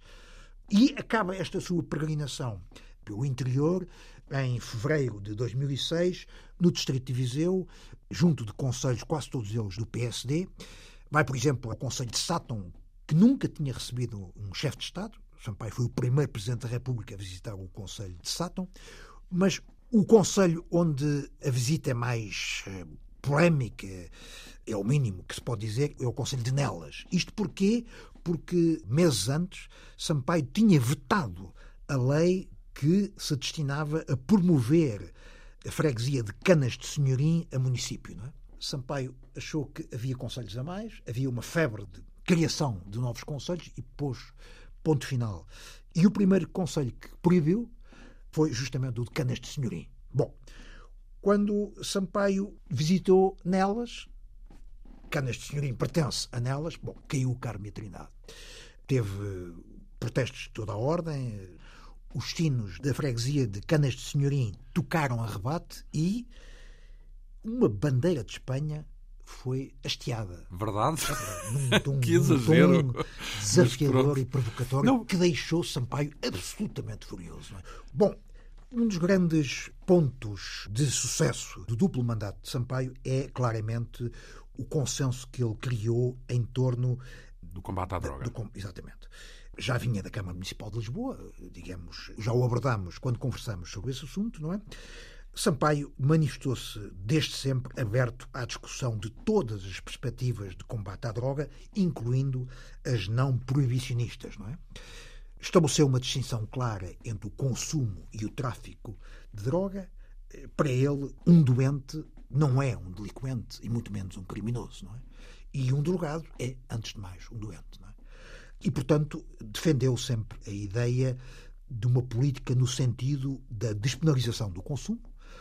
e acaba esta sua peregrinação pelo interior em fevereiro de dois mil e seis, no distrito de Viseu, junto de concelhos, quase todos eles do P S D. Vai, por exemplo, ao Concelho de Sátão, que nunca tinha recebido um chefe de Estado. Sampaio foi o primeiro Presidente da República a visitar o Concelho de Sátão, mas o concelho onde a visita é mais eh, polémica, é o mínimo que se pode dizer, é o Concelho de Nelas. Isto porquê? Porque meses antes Sampaio tinha vetado a lei que se destinava a promover a freguesia de Canas de Senhorim a município. Não é? Sampaio achou que havia concelhos a mais, havia uma febre de criação de novos concelhos e pôs ponto final. E o primeiro concelho que proibiu foi justamente o de Canas de Senhorim. Bom, quando Sampaio visitou Nelas, Canas de Senhorim pertence a Nelas, bom, caiu o Carmo e a Trindade. Teve protestos de toda a ordem, os sinos da freguesia de Canas de Senhorim tocaram a rebate e uma bandeira de Espanha foi hasteada. Verdade? Num tom, que exagero. Num tom desafiador e provocatório não. Que deixou Sampaio absolutamente furioso. Não é? Bom, um dos grandes pontos de sucesso do duplo mandato de Sampaio é claramente o consenso que ele criou em torno do combate à droga. Do, exatamente. Já vinha da Câmara Municipal de Lisboa, digamos, já o abordamos quando conversamos sobre esse assunto, não é? Sampaio manifestou-se desde sempre aberto à discussão de todas as perspectivas de combate à droga, incluindo as não proibicionistas, não é? Estabeleceu uma distinção clara entre o consumo e o tráfico de droga. Para ele, um doente não é um delinquente e muito menos um criminoso, não é? E um drogado é, antes de mais, um doente, não é? E, portanto, defendeu sempre a ideia de uma política no sentido da despenalização do consumo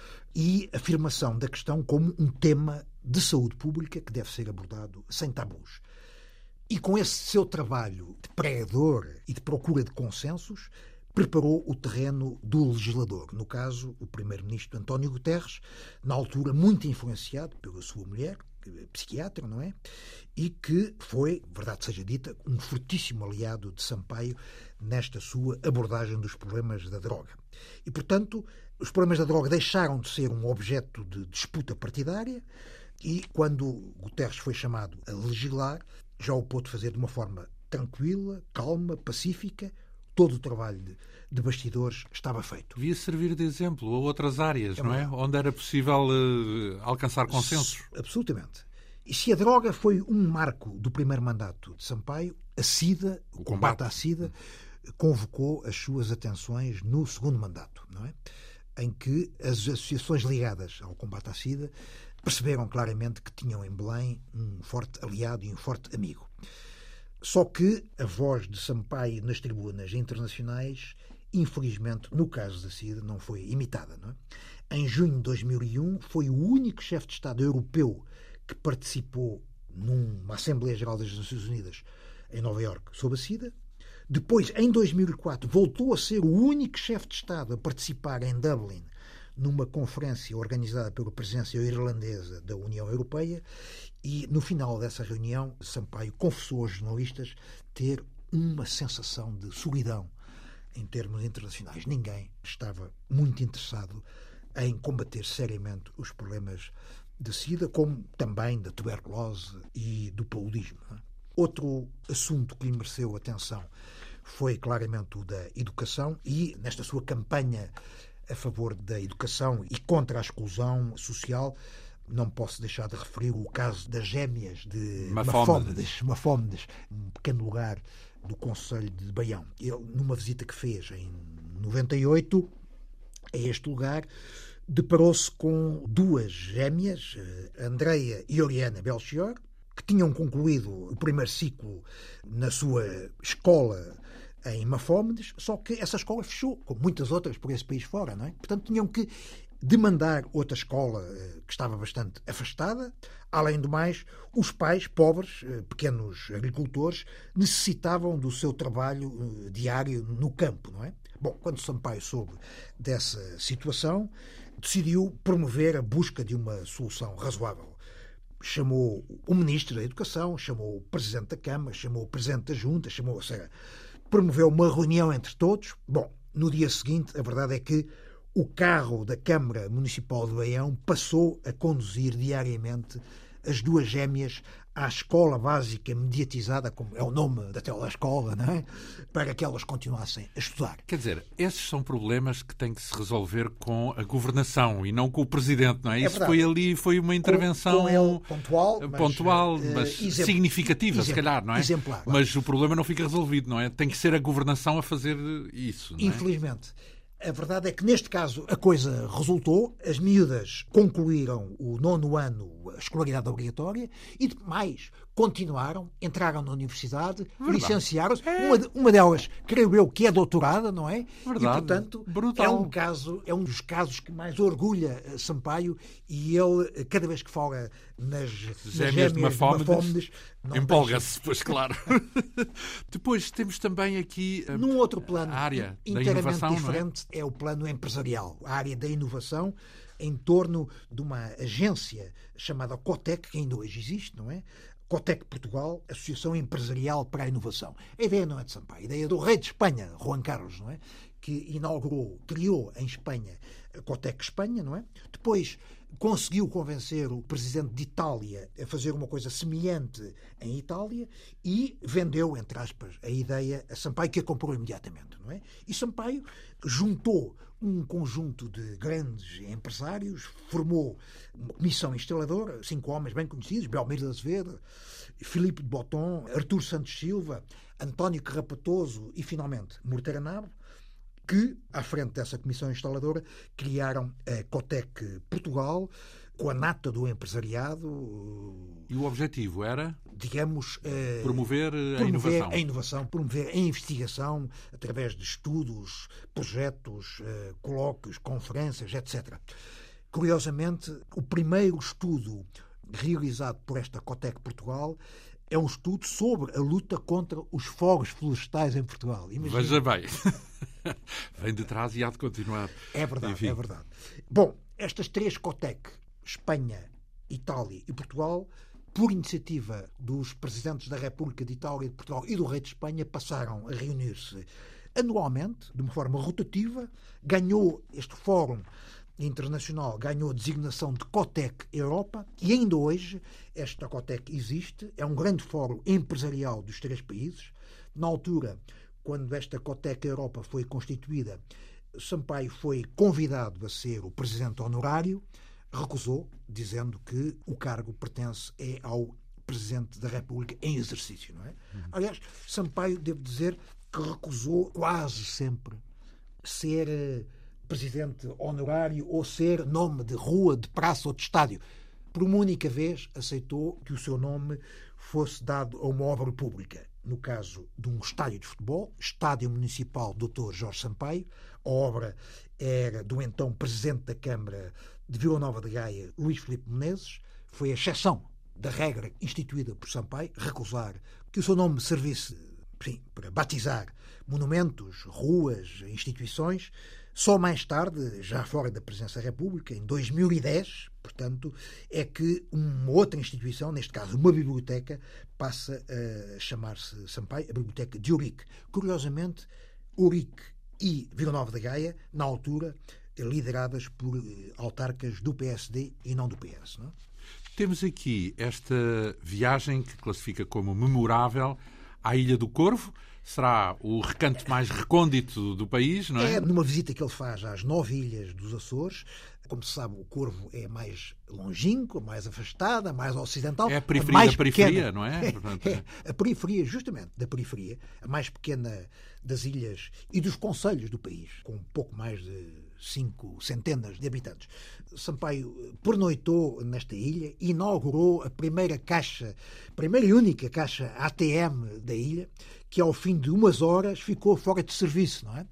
e afirmação da questão como um tema de saúde pública que deve ser abordado sem tabus. E com esse seu trabalho de pregador e de procura de consensos, preparou o terreno do legislador. No caso, o primeiro-ministro António Guterres, na altura muito influenciado pela sua mulher, psiquiatra, não é? E que foi, verdade seja dita, um fortíssimo aliado de Sampaio nesta sua abordagem dos problemas da droga. E, portanto, os problemas da droga deixaram de ser um objeto de disputa partidária e, quando Guterres foi chamado a legislar, já o pôde fazer de uma forma tranquila, calma, pacífica. Todo o trabalho de, de bastidores estava feito. Devia servir de exemplo a outras áreas, é não é? Onde era possível uh, alcançar consensos. Absolutamente. E se a droga foi um marco do primeiro mandato de Sampaio, a SIDA, o, o combate, combate à SIDA, convocou as suas atenções no segundo mandato, não é? Em que as associações ligadas ao combate à SIDA perceberam claramente que tinham em Belém um forte aliado e um forte amigo. Só que a voz de Sampaio nas tribunas internacionais infelizmente, no caso da SIDA, não foi imitada. Não é? Em junho de dois mil e um, foi o único chefe de Estado europeu que participou numa Assembleia Geral das Nações Unidas em Nova Iorque sobre a SIDA. Depois, em dois mil e quatro, voltou a ser o único chefe de Estado a participar em Dublin numa conferência organizada pela presidência irlandesa da União Europeia e, no final dessa reunião, Sampaio confessou aos jornalistas ter uma sensação de solidão em termos internacionais. Ninguém estava muito interessado em combater seriamente os problemas da SIDA, como também da tuberculose e do paludismo. Outro assunto que lhe mereceu atenção foi claramente o da educação e, nesta sua campanha a favor da educação e contra a exclusão social, não posso deixar de referir o caso das gêmeas de Mafómedes, Mafómedes, um pequeno lugar do concelho de Baião. Ele, numa visita que fez em noventa e oito a este lugar, deparou-se com duas gêmeas, Andreia e Oriana Belchior, que tinham concluído o primeiro ciclo na sua escola em Mafómedes, só que essa escola fechou, como muitas outras por esse país fora, não é? Portanto, tinham que demandar outra escola que estava bastante afastada. Além do mais, os pais, pobres, pequenos agricultores, necessitavam do seu trabalho diário no campo, não é? Bom, quando Sampaio soube dessa situação, decidiu promover a busca de uma solução razoável. Chamou o Ministro da Educação, chamou o Presidente da Câmara, chamou o Presidente da Junta, chamou, ou seja, promoveu uma reunião entre todos. Bom, no dia seguinte, a verdade é que o carro da Câmara Municipal de Baião passou a conduzir diariamente as duas gêmeas à escola básica mediatizada, como é o nome da telescola, não é? Para que elas continuassem a estudar. Quer dizer, esses são problemas que têm que se resolver com a governação e não com o Presidente, não é? é Isso verdade. Foi ali, foi uma intervenção com, com ele, pontual, mas, pontual, mas uh, exemplo, significativa, exemplo, se calhar, não é? Exemplar, mas o problema não fica resolvido, não é? Tem que ser a governação a fazer isso, não é? Infelizmente. A verdade é que, neste caso, a coisa resultou. As miúdas concluíram o nono ano, a escolaridade obrigatória, e mais, continuaram, entraram na universidade, licenciaram-se. É. Uma, uma delas, creio eu, que é doutorada, não é? Verdade. E, portanto, Brutal. é um caso, é um dos casos que mais orgulha Sampaio, e ele, cada vez que fala nas gêmeas de Mafómedes, empolga-se, pois claro. Depois temos também aqui a, num outro plano a área da inteiramente inovação, diferente, não é? É o plano empresarial, a área da inovação, em torno de uma agência chamada Cotec, que ainda hoje existe, não é? Cotec Portugal, Associação Empresarial para a Inovação. A ideia não é de Sampaio, a ideia é do rei de Espanha, Juan Carlos, não é? Que inaugurou, criou em Espanha a Cotec Espanha, não é? Depois conseguiu convencer o presidente de Itália a fazer uma coisa semelhante em Itália e vendeu, entre aspas, a ideia a Sampaio, que a comprou imediatamente, não é? E Sampaio juntou um conjunto de grandes empresários, formou uma comissão instaladora, cinco homens bem conhecidos, Belmiro de Azevedo, Filipe de Botton, Artur Santos Silva, António Carrapatoso e, finalmente, Morteranabo, que, à frente dessa comissão instaladora, criaram a Cotec Portugal, com a nata do empresariado. E o objetivo era? Digamos... Eh, promover, promover a inovação. a inovação, promover a investigação através de estudos, projetos, eh, colóquios, conferências, etcétera. Curiosamente, o primeiro estudo realizado por esta Cotec Portugal é um estudo sobre a luta contra os fogos florestais em Portugal. Imagina. Veja bem. Vem de trás e há de continuar. É verdade, Enfim. é verdade. Bom, estas três Cotec, Espanha, Itália e Portugal, por iniciativa dos presidentes da República de Itália e de Portugal e do rei de Espanha, passaram a reunir-se anualmente, de uma forma rotativa. Ganhou este fórum internacional, ganhou a designação de Cotec Europa, e ainda hoje esta Cotec existe, é um grande fórum empresarial dos três países. Na altura, quando esta Cotec Europa foi constituída, Sampaio foi convidado a ser o presidente honorário, recusou, dizendo que o cargo pertence é ao presidente da República em exercício, não é? Uhum. Aliás, Sampaio, devo dizer, que recusou quase sempre ser presidente honorário ou ser nome de rua, de praça ou de estádio. Por uma única vez aceitou que o seu nome fosse dado a uma obra pública. no caso de um estádio de futebol, Estádio Municipal doutor Jorge Sampaio. A obra era do então Presidente da Câmara de Vila Nova de Gaia, Luís Filipe Menezes. Foi a exceção da regra instituída por Sampaio, recusar que o seu nome servisse, enfim, para batizar monumentos, ruas, instituições. Só mais tarde, já fora da Presidência da República, em dois mil e dez, portanto, é que uma outra instituição, neste caso uma biblioteca, passa a chamar-se Sampaio, a Biblioteca de Ourique. Curiosamente, Ourique e Vila Nova de Gaia, na altura, lideradas por autarcas do P S D e não do P S. Não é? Temos aqui esta viagem que classifica como memorável à Ilha do Corvo. Será o recanto mais recôndito do país, não é? É numa visita que ele faz às nove ilhas dos Açores. Como se sabe, o Corvo é mais longínquo, mais afastada, mais ocidental. É a periferia mais da periferia, pequena. Não é? É, Portanto, é a periferia, justamente, da periferia, a mais pequena das ilhas e dos concelhos do país, com um pouco mais de cinco centenas de habitantes. Sampaio pernoitou nesta ilha, inaugurou a primeira caixa, primeira e única caixa A T M da ilha, que ao fim de umas horas ficou fora de serviço, não é?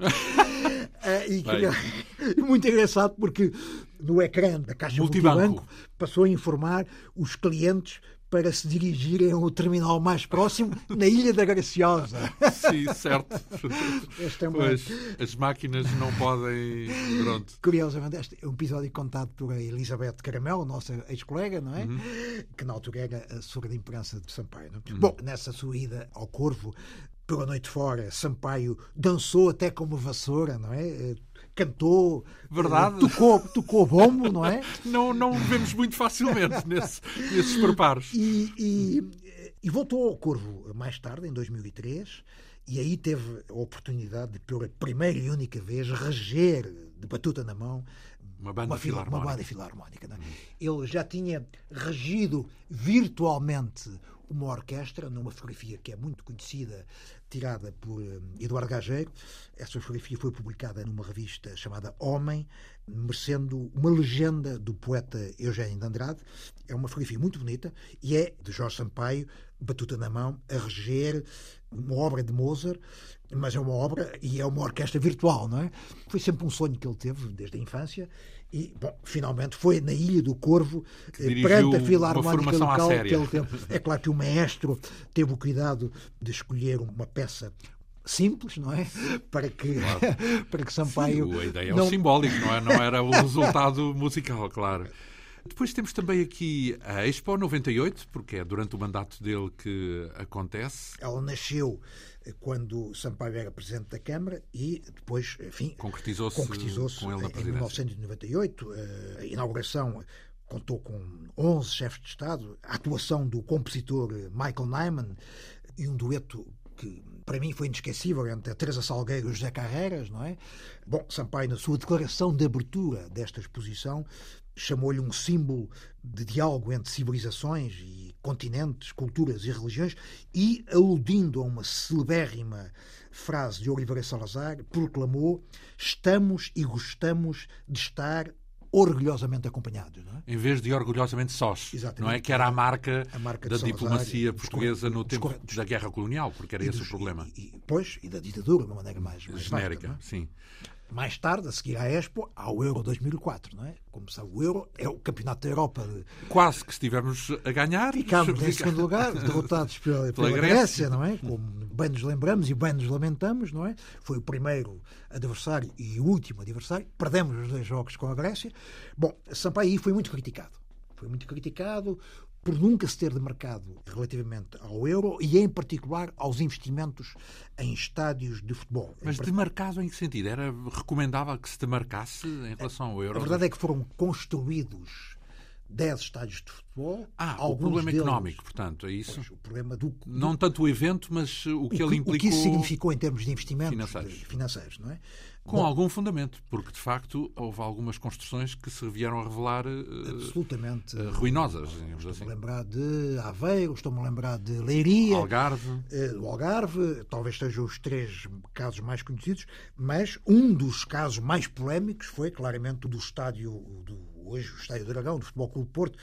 Uh, e que, muito engraçado porque no ecrã da caixa multibanco. multibanco passou a informar os clientes para se dirigirem ao terminal mais próximo na Ilha da Graciosa. Sim, certo. Esta é uma... Pois, as máquinas não podem... Pronto. Curiosamente, este é um episódio contado por a Elizabeth Caramelo, nossa ex-colega, não é? Uhum. Que na altura era a assessora de imprensa de Sampaio. Não é? Uhum. Bom, nessa sua ida ao Corvo, pela noite fora, Sampaio dançou até com uma vassoura, não é? Cantou, verdade. Tocou, tocou bombo, não é? Não, não vemos muito facilmente nesse, nesses preparos. E, e, e voltou ao Corvo mais tarde, em dois mil e três, e aí teve a oportunidade de, pela primeira e única vez, reger, de batuta na mão, uma banda uma, filarmónica. Uma banda filarmónica não é? Ele já tinha regido virtualmente uma orquestra, numa fotografia que é muito conhecida, tirada por Eduardo Gageiro. Essa fotografia foi publicada numa revista chamada Homem, merecendo uma legenda do poeta Eugênio de Andrade. É uma fotografia muito bonita e é de Jorge Sampaio, batuta na mão, a reger uma obra de Mozart, mas é uma obra e é uma orquestra virtual, não é? Foi sempre um sonho que ele teve desde a infância e, bom, finalmente foi na Ilha do Corvo, perante a Filarmónica local que ele teve. É claro que o maestro teve o cuidado de escolher uma peça simples, não é? Para que, claro. Para que Sampaio... Sim, a ideia não... é o simbólico, não é? Não era o resultado musical, claro. Depois temos também aqui a Expo noventa e oito, porque é durante o mandato dele que acontece. Ela nasceu quando Sampaio era Presidente da Câmara e depois, enfim, concretizou-se, concretizou-se com ele na presidência. Em mil novecentos e noventa e oito. A inauguração contou com onze chefes de Estado, a atuação do compositor Michael Nyman e um dueto que para mim foi inesquecível entre a Teresa Salgueiro e o José Carreras, não é? Bom, Sampaio, na sua declaração de abertura desta exposição, chamou-lhe um símbolo de diálogo entre civilizações e continentes, culturas e religiões e, aludindo a uma celebérrima frase de Oliveira Salazar, proclamou: estamos e gostamos de estar orgulhosamente acompanhados, não é? Em vez de orgulhosamente sós. Exatamente. Não é? Que era a marca, a marca da Salazar, diplomacia portuguesa no tempo dos... da Guerra Colonial, porque era esse dos... o problema. E, e, pois, e da ditadura, de uma maneira mais, mais genérica, vasta, sim. Mais tarde, a seguir à Expo, ao Euro dois mil e quatro, não é? Como sabe, o Euro é o campeonato da Europa. De... Quase que estivemos a ganhar. Ficámos em segundo lugar, derrotados pela, pela, pela Grécia, Grécia, não é? Como bem nos lembramos e bem nos lamentamos, não é? Foi o primeiro adversário e o último adversário. Perdemos os dois jogos com a Grécia. Bom, Sampaio foi muito criticado. Foi muito criticado por nunca se ter demarcado relativamente ao euro e, em particular, aos investimentos em estádios de futebol. Mas demarcado em que sentido? Era recomendável que se demarcasse em relação ao euro? A verdade é que foram construídos dez estádios de futebol. Ah, o problema deles, económico, portanto, é isso? Pois, o problema do, do... Não tanto o evento, mas o que, o que ele implicou... O que isso significou em termos de investimentos financeiros, de, financeiros não é? Com Bom, algum fundamento, porque, de facto, houve algumas construções que se vieram a revelar absolutamente uh, ruinosas, digamos assim. Estou-me a lembrar de Aveiro, estou-me a lembrar de Leiria. Algarve. Uh, o Algarve, talvez sejam os três casos mais conhecidos, mas um dos casos mais polémicos foi, claramente, o do estádio, do, hoje o Estádio do Dragão, do Futebol Clube Porto,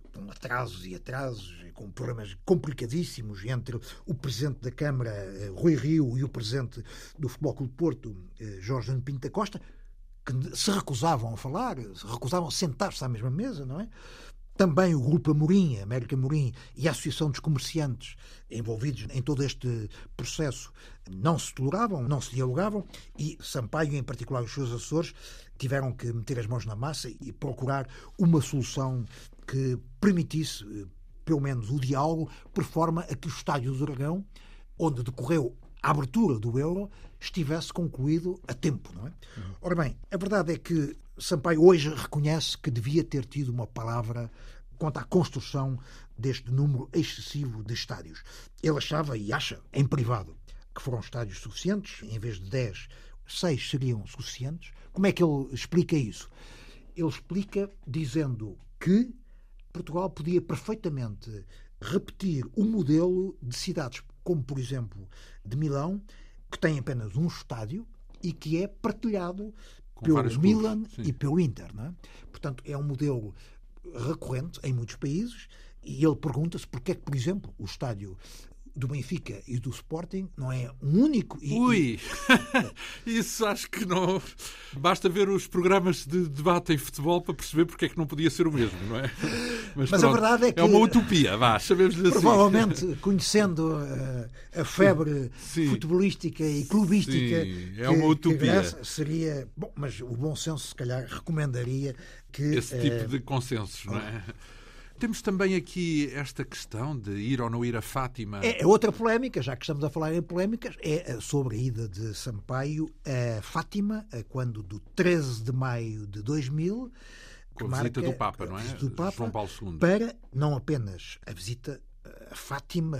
com atrasos e atrasos, com problemas complicadíssimos entre o Presidente da Câmara, Rui Rio, e o Presidente do Futebol Clube do Porto, Jorge Nuno Pinto da Costa, que se recusavam a falar, se recusavam a sentar-se à mesma mesa, não é? Também o Grupo Amorim, a América Amorim e a Associação dos Comerciantes envolvidos em todo este processo não se toleravam, não se dialogavam, e Sampaio, em particular os seus assessores, tiveram que meter as mãos na massa e procurar uma solução que permitisse, pelo menos, o diálogo, por forma a que o Estádio do Dragão, onde decorreu a abertura do Euro, estivesse concluído a tempo, não é? Uhum. Ora bem, a verdade é que Sampaio hoje reconhece que devia ter tido uma palavra quanto à construção deste número excessivo de estádios. Ele achava e acha, em privado, que foram estádios suficientes, em vez de dez, seis seriam suficientes. Como é que ele explica isso? Ele explica dizendo que Portugal podia perfeitamente repetir o modelo de cidades como, por exemplo, de Milão, que tem apenas um estádio e que é partilhado com pelo Milan e pelo Inter, não é? Portanto, é um modelo recorrente em muitos países, e ele pergunta-se porque é que, por exemplo, o estádio do Benfica e do Sporting não é um único... E, Ui! E... Isso acho que não... Basta ver os programas de debate em futebol para perceber porque é que não podia ser o mesmo, não é? Mas, Mas a verdade é que... É uma utopia, vá, sabemos-lhe assim. Provavelmente, conhecendo a, a febre sim. futebolística e clubística... Sim, é uma que, utopia. Que graça, seria... Bom, mas o bom senso, se calhar, recomendaria que... Esse eh... tipo de consensos, não é? Temos também aqui esta questão de ir ou não ir a Fátima. É outra polémica, já que estamos a falar em polémicas, é sobre a ida de Sampaio a Fátima, quando do treze de maio de dois mil... Com a visita do Papa, não é? Do Papa, João Paulo segundo. Para, não apenas a visita a Fátima,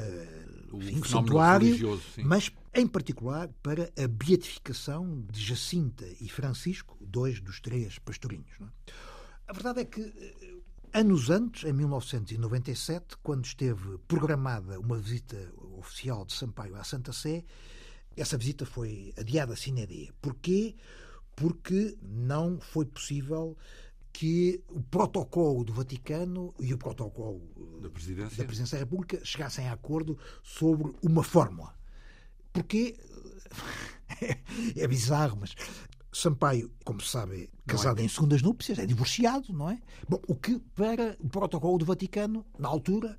o enfim, santuário, sim. mas, em particular, para a beatificação de Jacinta e Francisco, dois dos três pastorinhos. Não é? A verdade é que... Anos antes, em mil novecentos e noventa e sete, quando esteve programada uma visita oficial de Sampaio à Santa Sé, essa visita foi adiada sine die. Porquê? Porque não foi possível que o protocolo do Vaticano e o protocolo da Presidência da, Presidência da República chegassem a acordo sobre uma fórmula. Porquê? É bizarro, mas... Sampaio, como se sabe, casado é. em segundas núpcias, é divorciado, não é? Bom, o que para o protocolo do Vaticano, na altura,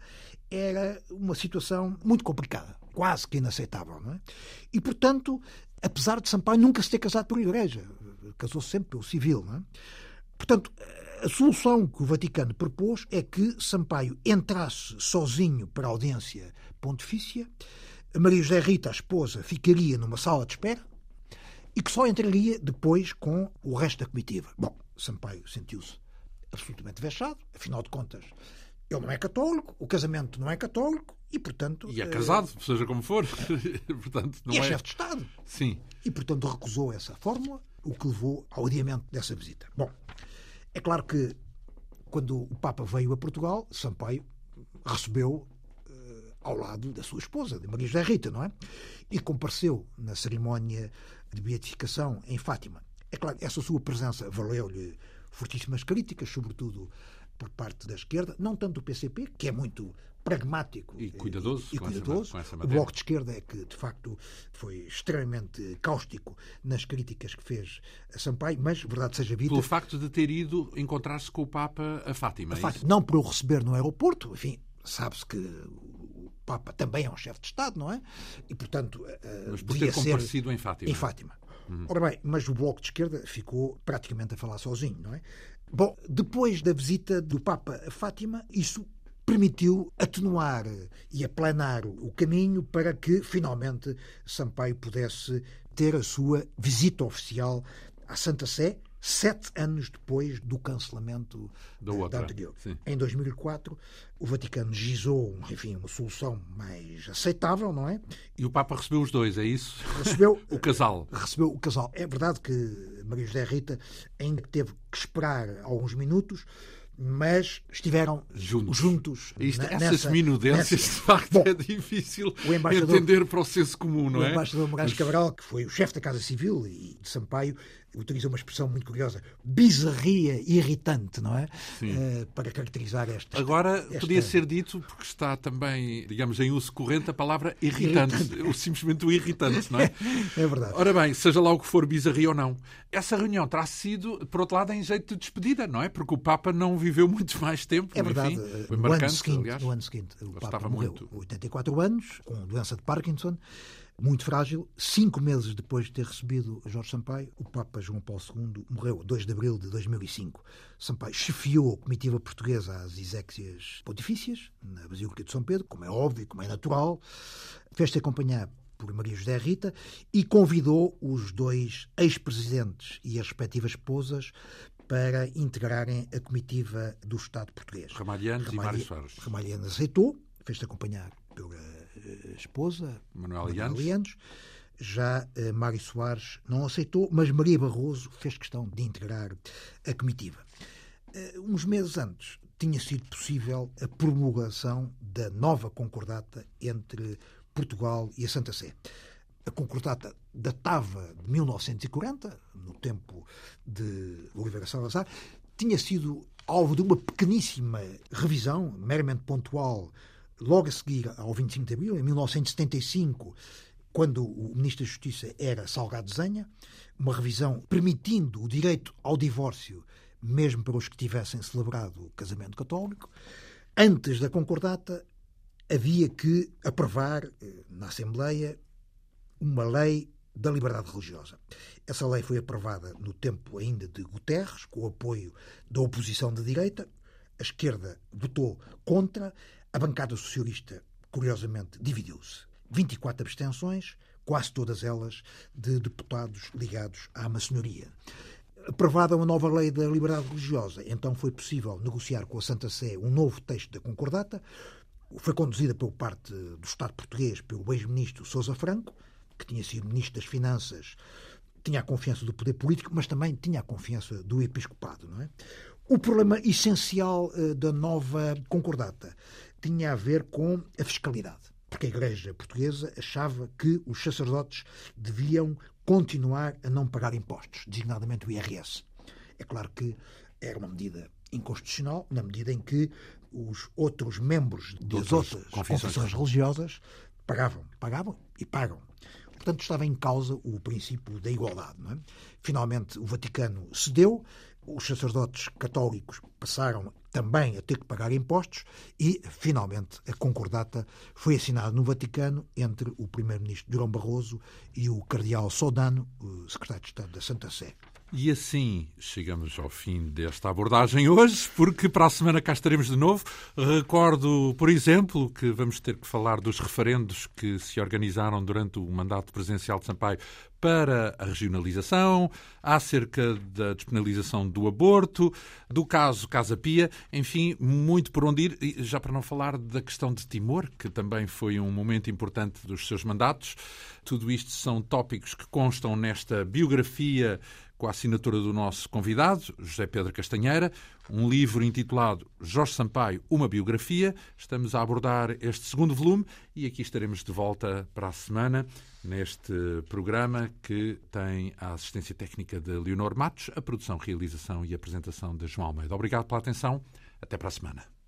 era uma situação muito complicada, quase que inaceitável, não é? E, portanto, apesar de Sampaio nunca se ter casado pela Igreja, casou-se sempre pelo civil, não é? Portanto, a solução que o Vaticano propôs é que Sampaio entrasse sozinho para a audiência pontifícia, Maria José Rita, a esposa, ficaria numa sala de espera, e que só entraria depois com o resto da comitiva. Bom, Sampaio sentiu-se absolutamente vexado, afinal de contas, ele não é católico, o casamento não é católico, e, portanto... E é casado, é... seja como for. Portanto, não e é, é chefe de Estado. Sim. E, portanto, recusou essa fórmula, o que levou ao adiamento dessa visita. Bom, é claro que, quando o Papa veio a Portugal, Sampaio recebeu ao lado da sua esposa, de Maria José Rita, não é? E compareceu na cerimónia de beatificação em Fátima. É claro, essa sua presença valeu-lhe fortíssimas críticas, sobretudo por parte da esquerda, não tanto do P C P, que é muito pragmático e cuidadoso, e, e cuidadoso. Com essa, com essa o Bloco de Esquerda é que, de facto, foi extremamente cáustico nas críticas que fez a Sampaio, mas, verdade seja dita... Pelo facto de ter ido encontrar-se com o Papa a Fátima. A é Fátima isso? Não por o receber no aeroporto, enfim, sabe-se que o Papa também é um chefe de Estado, não é? E, portanto, mas por ter comparecido em Fátima. Em Fátima. Uhum. Ora bem, mas o Bloco de Esquerda ficou praticamente a falar sozinho, não é? Bom, depois da visita do Papa a Fátima, isso permitiu atenuar e aplanar o caminho para que, finalmente, Sampaio pudesse ter a sua visita oficial à Santa Sé, sete anos depois do cancelamento da, outra, da anterior. Sim. Em dois mil e quatro, o Vaticano gizou, enfim, uma solução mais aceitável, não é? E o Papa recebeu os dois, é isso? Recebeu o casal. Recebeu o casal. É verdade que Maria José Rita ainda teve que esperar alguns minutos, mas estiveram juntos. juntos Isto, na, essas nessa, minudências, nessa... de facto, Bom, é difícil entender para o senso comum, não o é? O embaixador Moraes Cabral, que foi o chefe da Casa Civil e de Sampaio, utiliza uma expressão muito curiosa, bizarria irritante, não é? Uh, para caracterizar esta... Agora, esta... podia ser dito, porque está também, digamos, em uso corrente, a palavra irritante, irritante. Ou simplesmente o irritante, não é? É verdade. Ora bem, seja lá o que for bizarria ou não, essa reunião terá sido, por outro lado, em jeito de despedida, não é? Porque o Papa não viveu muito mais tempo. É verdade. Enfim, foi no, marcante, ano seguinte, aliás, no ano seguinte, o Papa morreu muito. oitenta e quatro anos, com doença de Parkinson, muito frágil. Cinco meses depois de ter recebido Jorge Sampaio, o Papa João Paulo segundo morreu a dois de abril de dois mil e cinco. Sampaio chefiou a comitiva portuguesa às exéquias pontifícias, na Basílica de São Pedro, como é óbvio, como é natural. Fez-se acompanhar por Maria José Rita e convidou os dois ex-presidentes e as respectivas esposas para integrarem a comitiva do Estado português. Ramalhianes e Mário Soares. Ramalhianes aceitou, fez-se acompanhar pela esposa, Manuel Lianos. Já uh, Mário Soares não aceitou, mas Maria Barroso fez questão de integrar a comitiva. Uh, uns meses antes tinha sido possível a promulgação da nova concordata entre Portugal e a Santa Sé. A concordata datava de mil novecentos e quarenta, no tempo de Oliveira Salazar, tinha sido alvo de uma pequeníssima revisão, meramente pontual, logo a seguir ao vinte e cinco de abril, em mil novecentos e setenta e cinco, quando o Ministro da Justiça era Salgado Zenha, uma revisão permitindo o direito ao divórcio, mesmo para os que tivessem celebrado o casamento católico. Antes da concordata, havia que aprovar na Assembleia uma lei da liberdade religiosa. Essa lei foi aprovada no tempo ainda de Guterres, com o apoio da oposição de direita. A esquerda votou contra. A bancada socialista, curiosamente, dividiu-se. vinte e quatro abstenções, quase todas elas de deputados ligados à maçonaria. Aprovada uma nova lei da liberdade religiosa, então foi possível negociar com a Santa Sé um novo texto da concordata. Foi conduzida por parte do Estado português pelo ex-ministro Sousa Franco, que tinha sido ministro das Finanças, tinha a confiança do poder político, mas também tinha a confiança do episcopado, não é? O problema essencial uh, da nova concordata tinha a ver com a fiscalidade, porque a Igreja Portuguesa achava que os sacerdotes deviam continuar a não pagar impostos, designadamente o I R S. É claro que era uma medida inconstitucional, na medida em que os outros membros das outras confissões religiosas pagavam, pagavam e pagam. Portanto, estava em causa o princípio da igualdade. Não é? Finalmente, o Vaticano cedeu, os sacerdotes católicos passaram também a ter que pagar impostos e, finalmente, a concordata foi assinada no Vaticano entre o primeiro-ministro Durão Barroso e o cardeal Sodano, o secretário de Estado da Santa Sé. E assim chegamos ao fim desta abordagem hoje, porque para a semana cá estaremos de novo. Recordo, por exemplo, que vamos ter que falar dos referendos que se organizaram durante o mandato presidencial de Sampaio para a regionalização, acerca da despenalização do aborto, do caso Casa Pia, enfim, muito por onde ir, já para não falar da questão de Timor, que também foi um momento importante dos seus mandatos. Tudo isto são tópicos que constam nesta biografia com a assinatura do nosso convidado, José Pedro Castanheira, um livro intitulado Jorge Sampaio, uma biografia. Estamos a abordar este segundo volume e aqui estaremos de volta para a semana neste programa que tem a assistência técnica de Leonor Matos, a produção, realização e apresentação de João Almeida. Obrigado pela atenção. Até para a semana.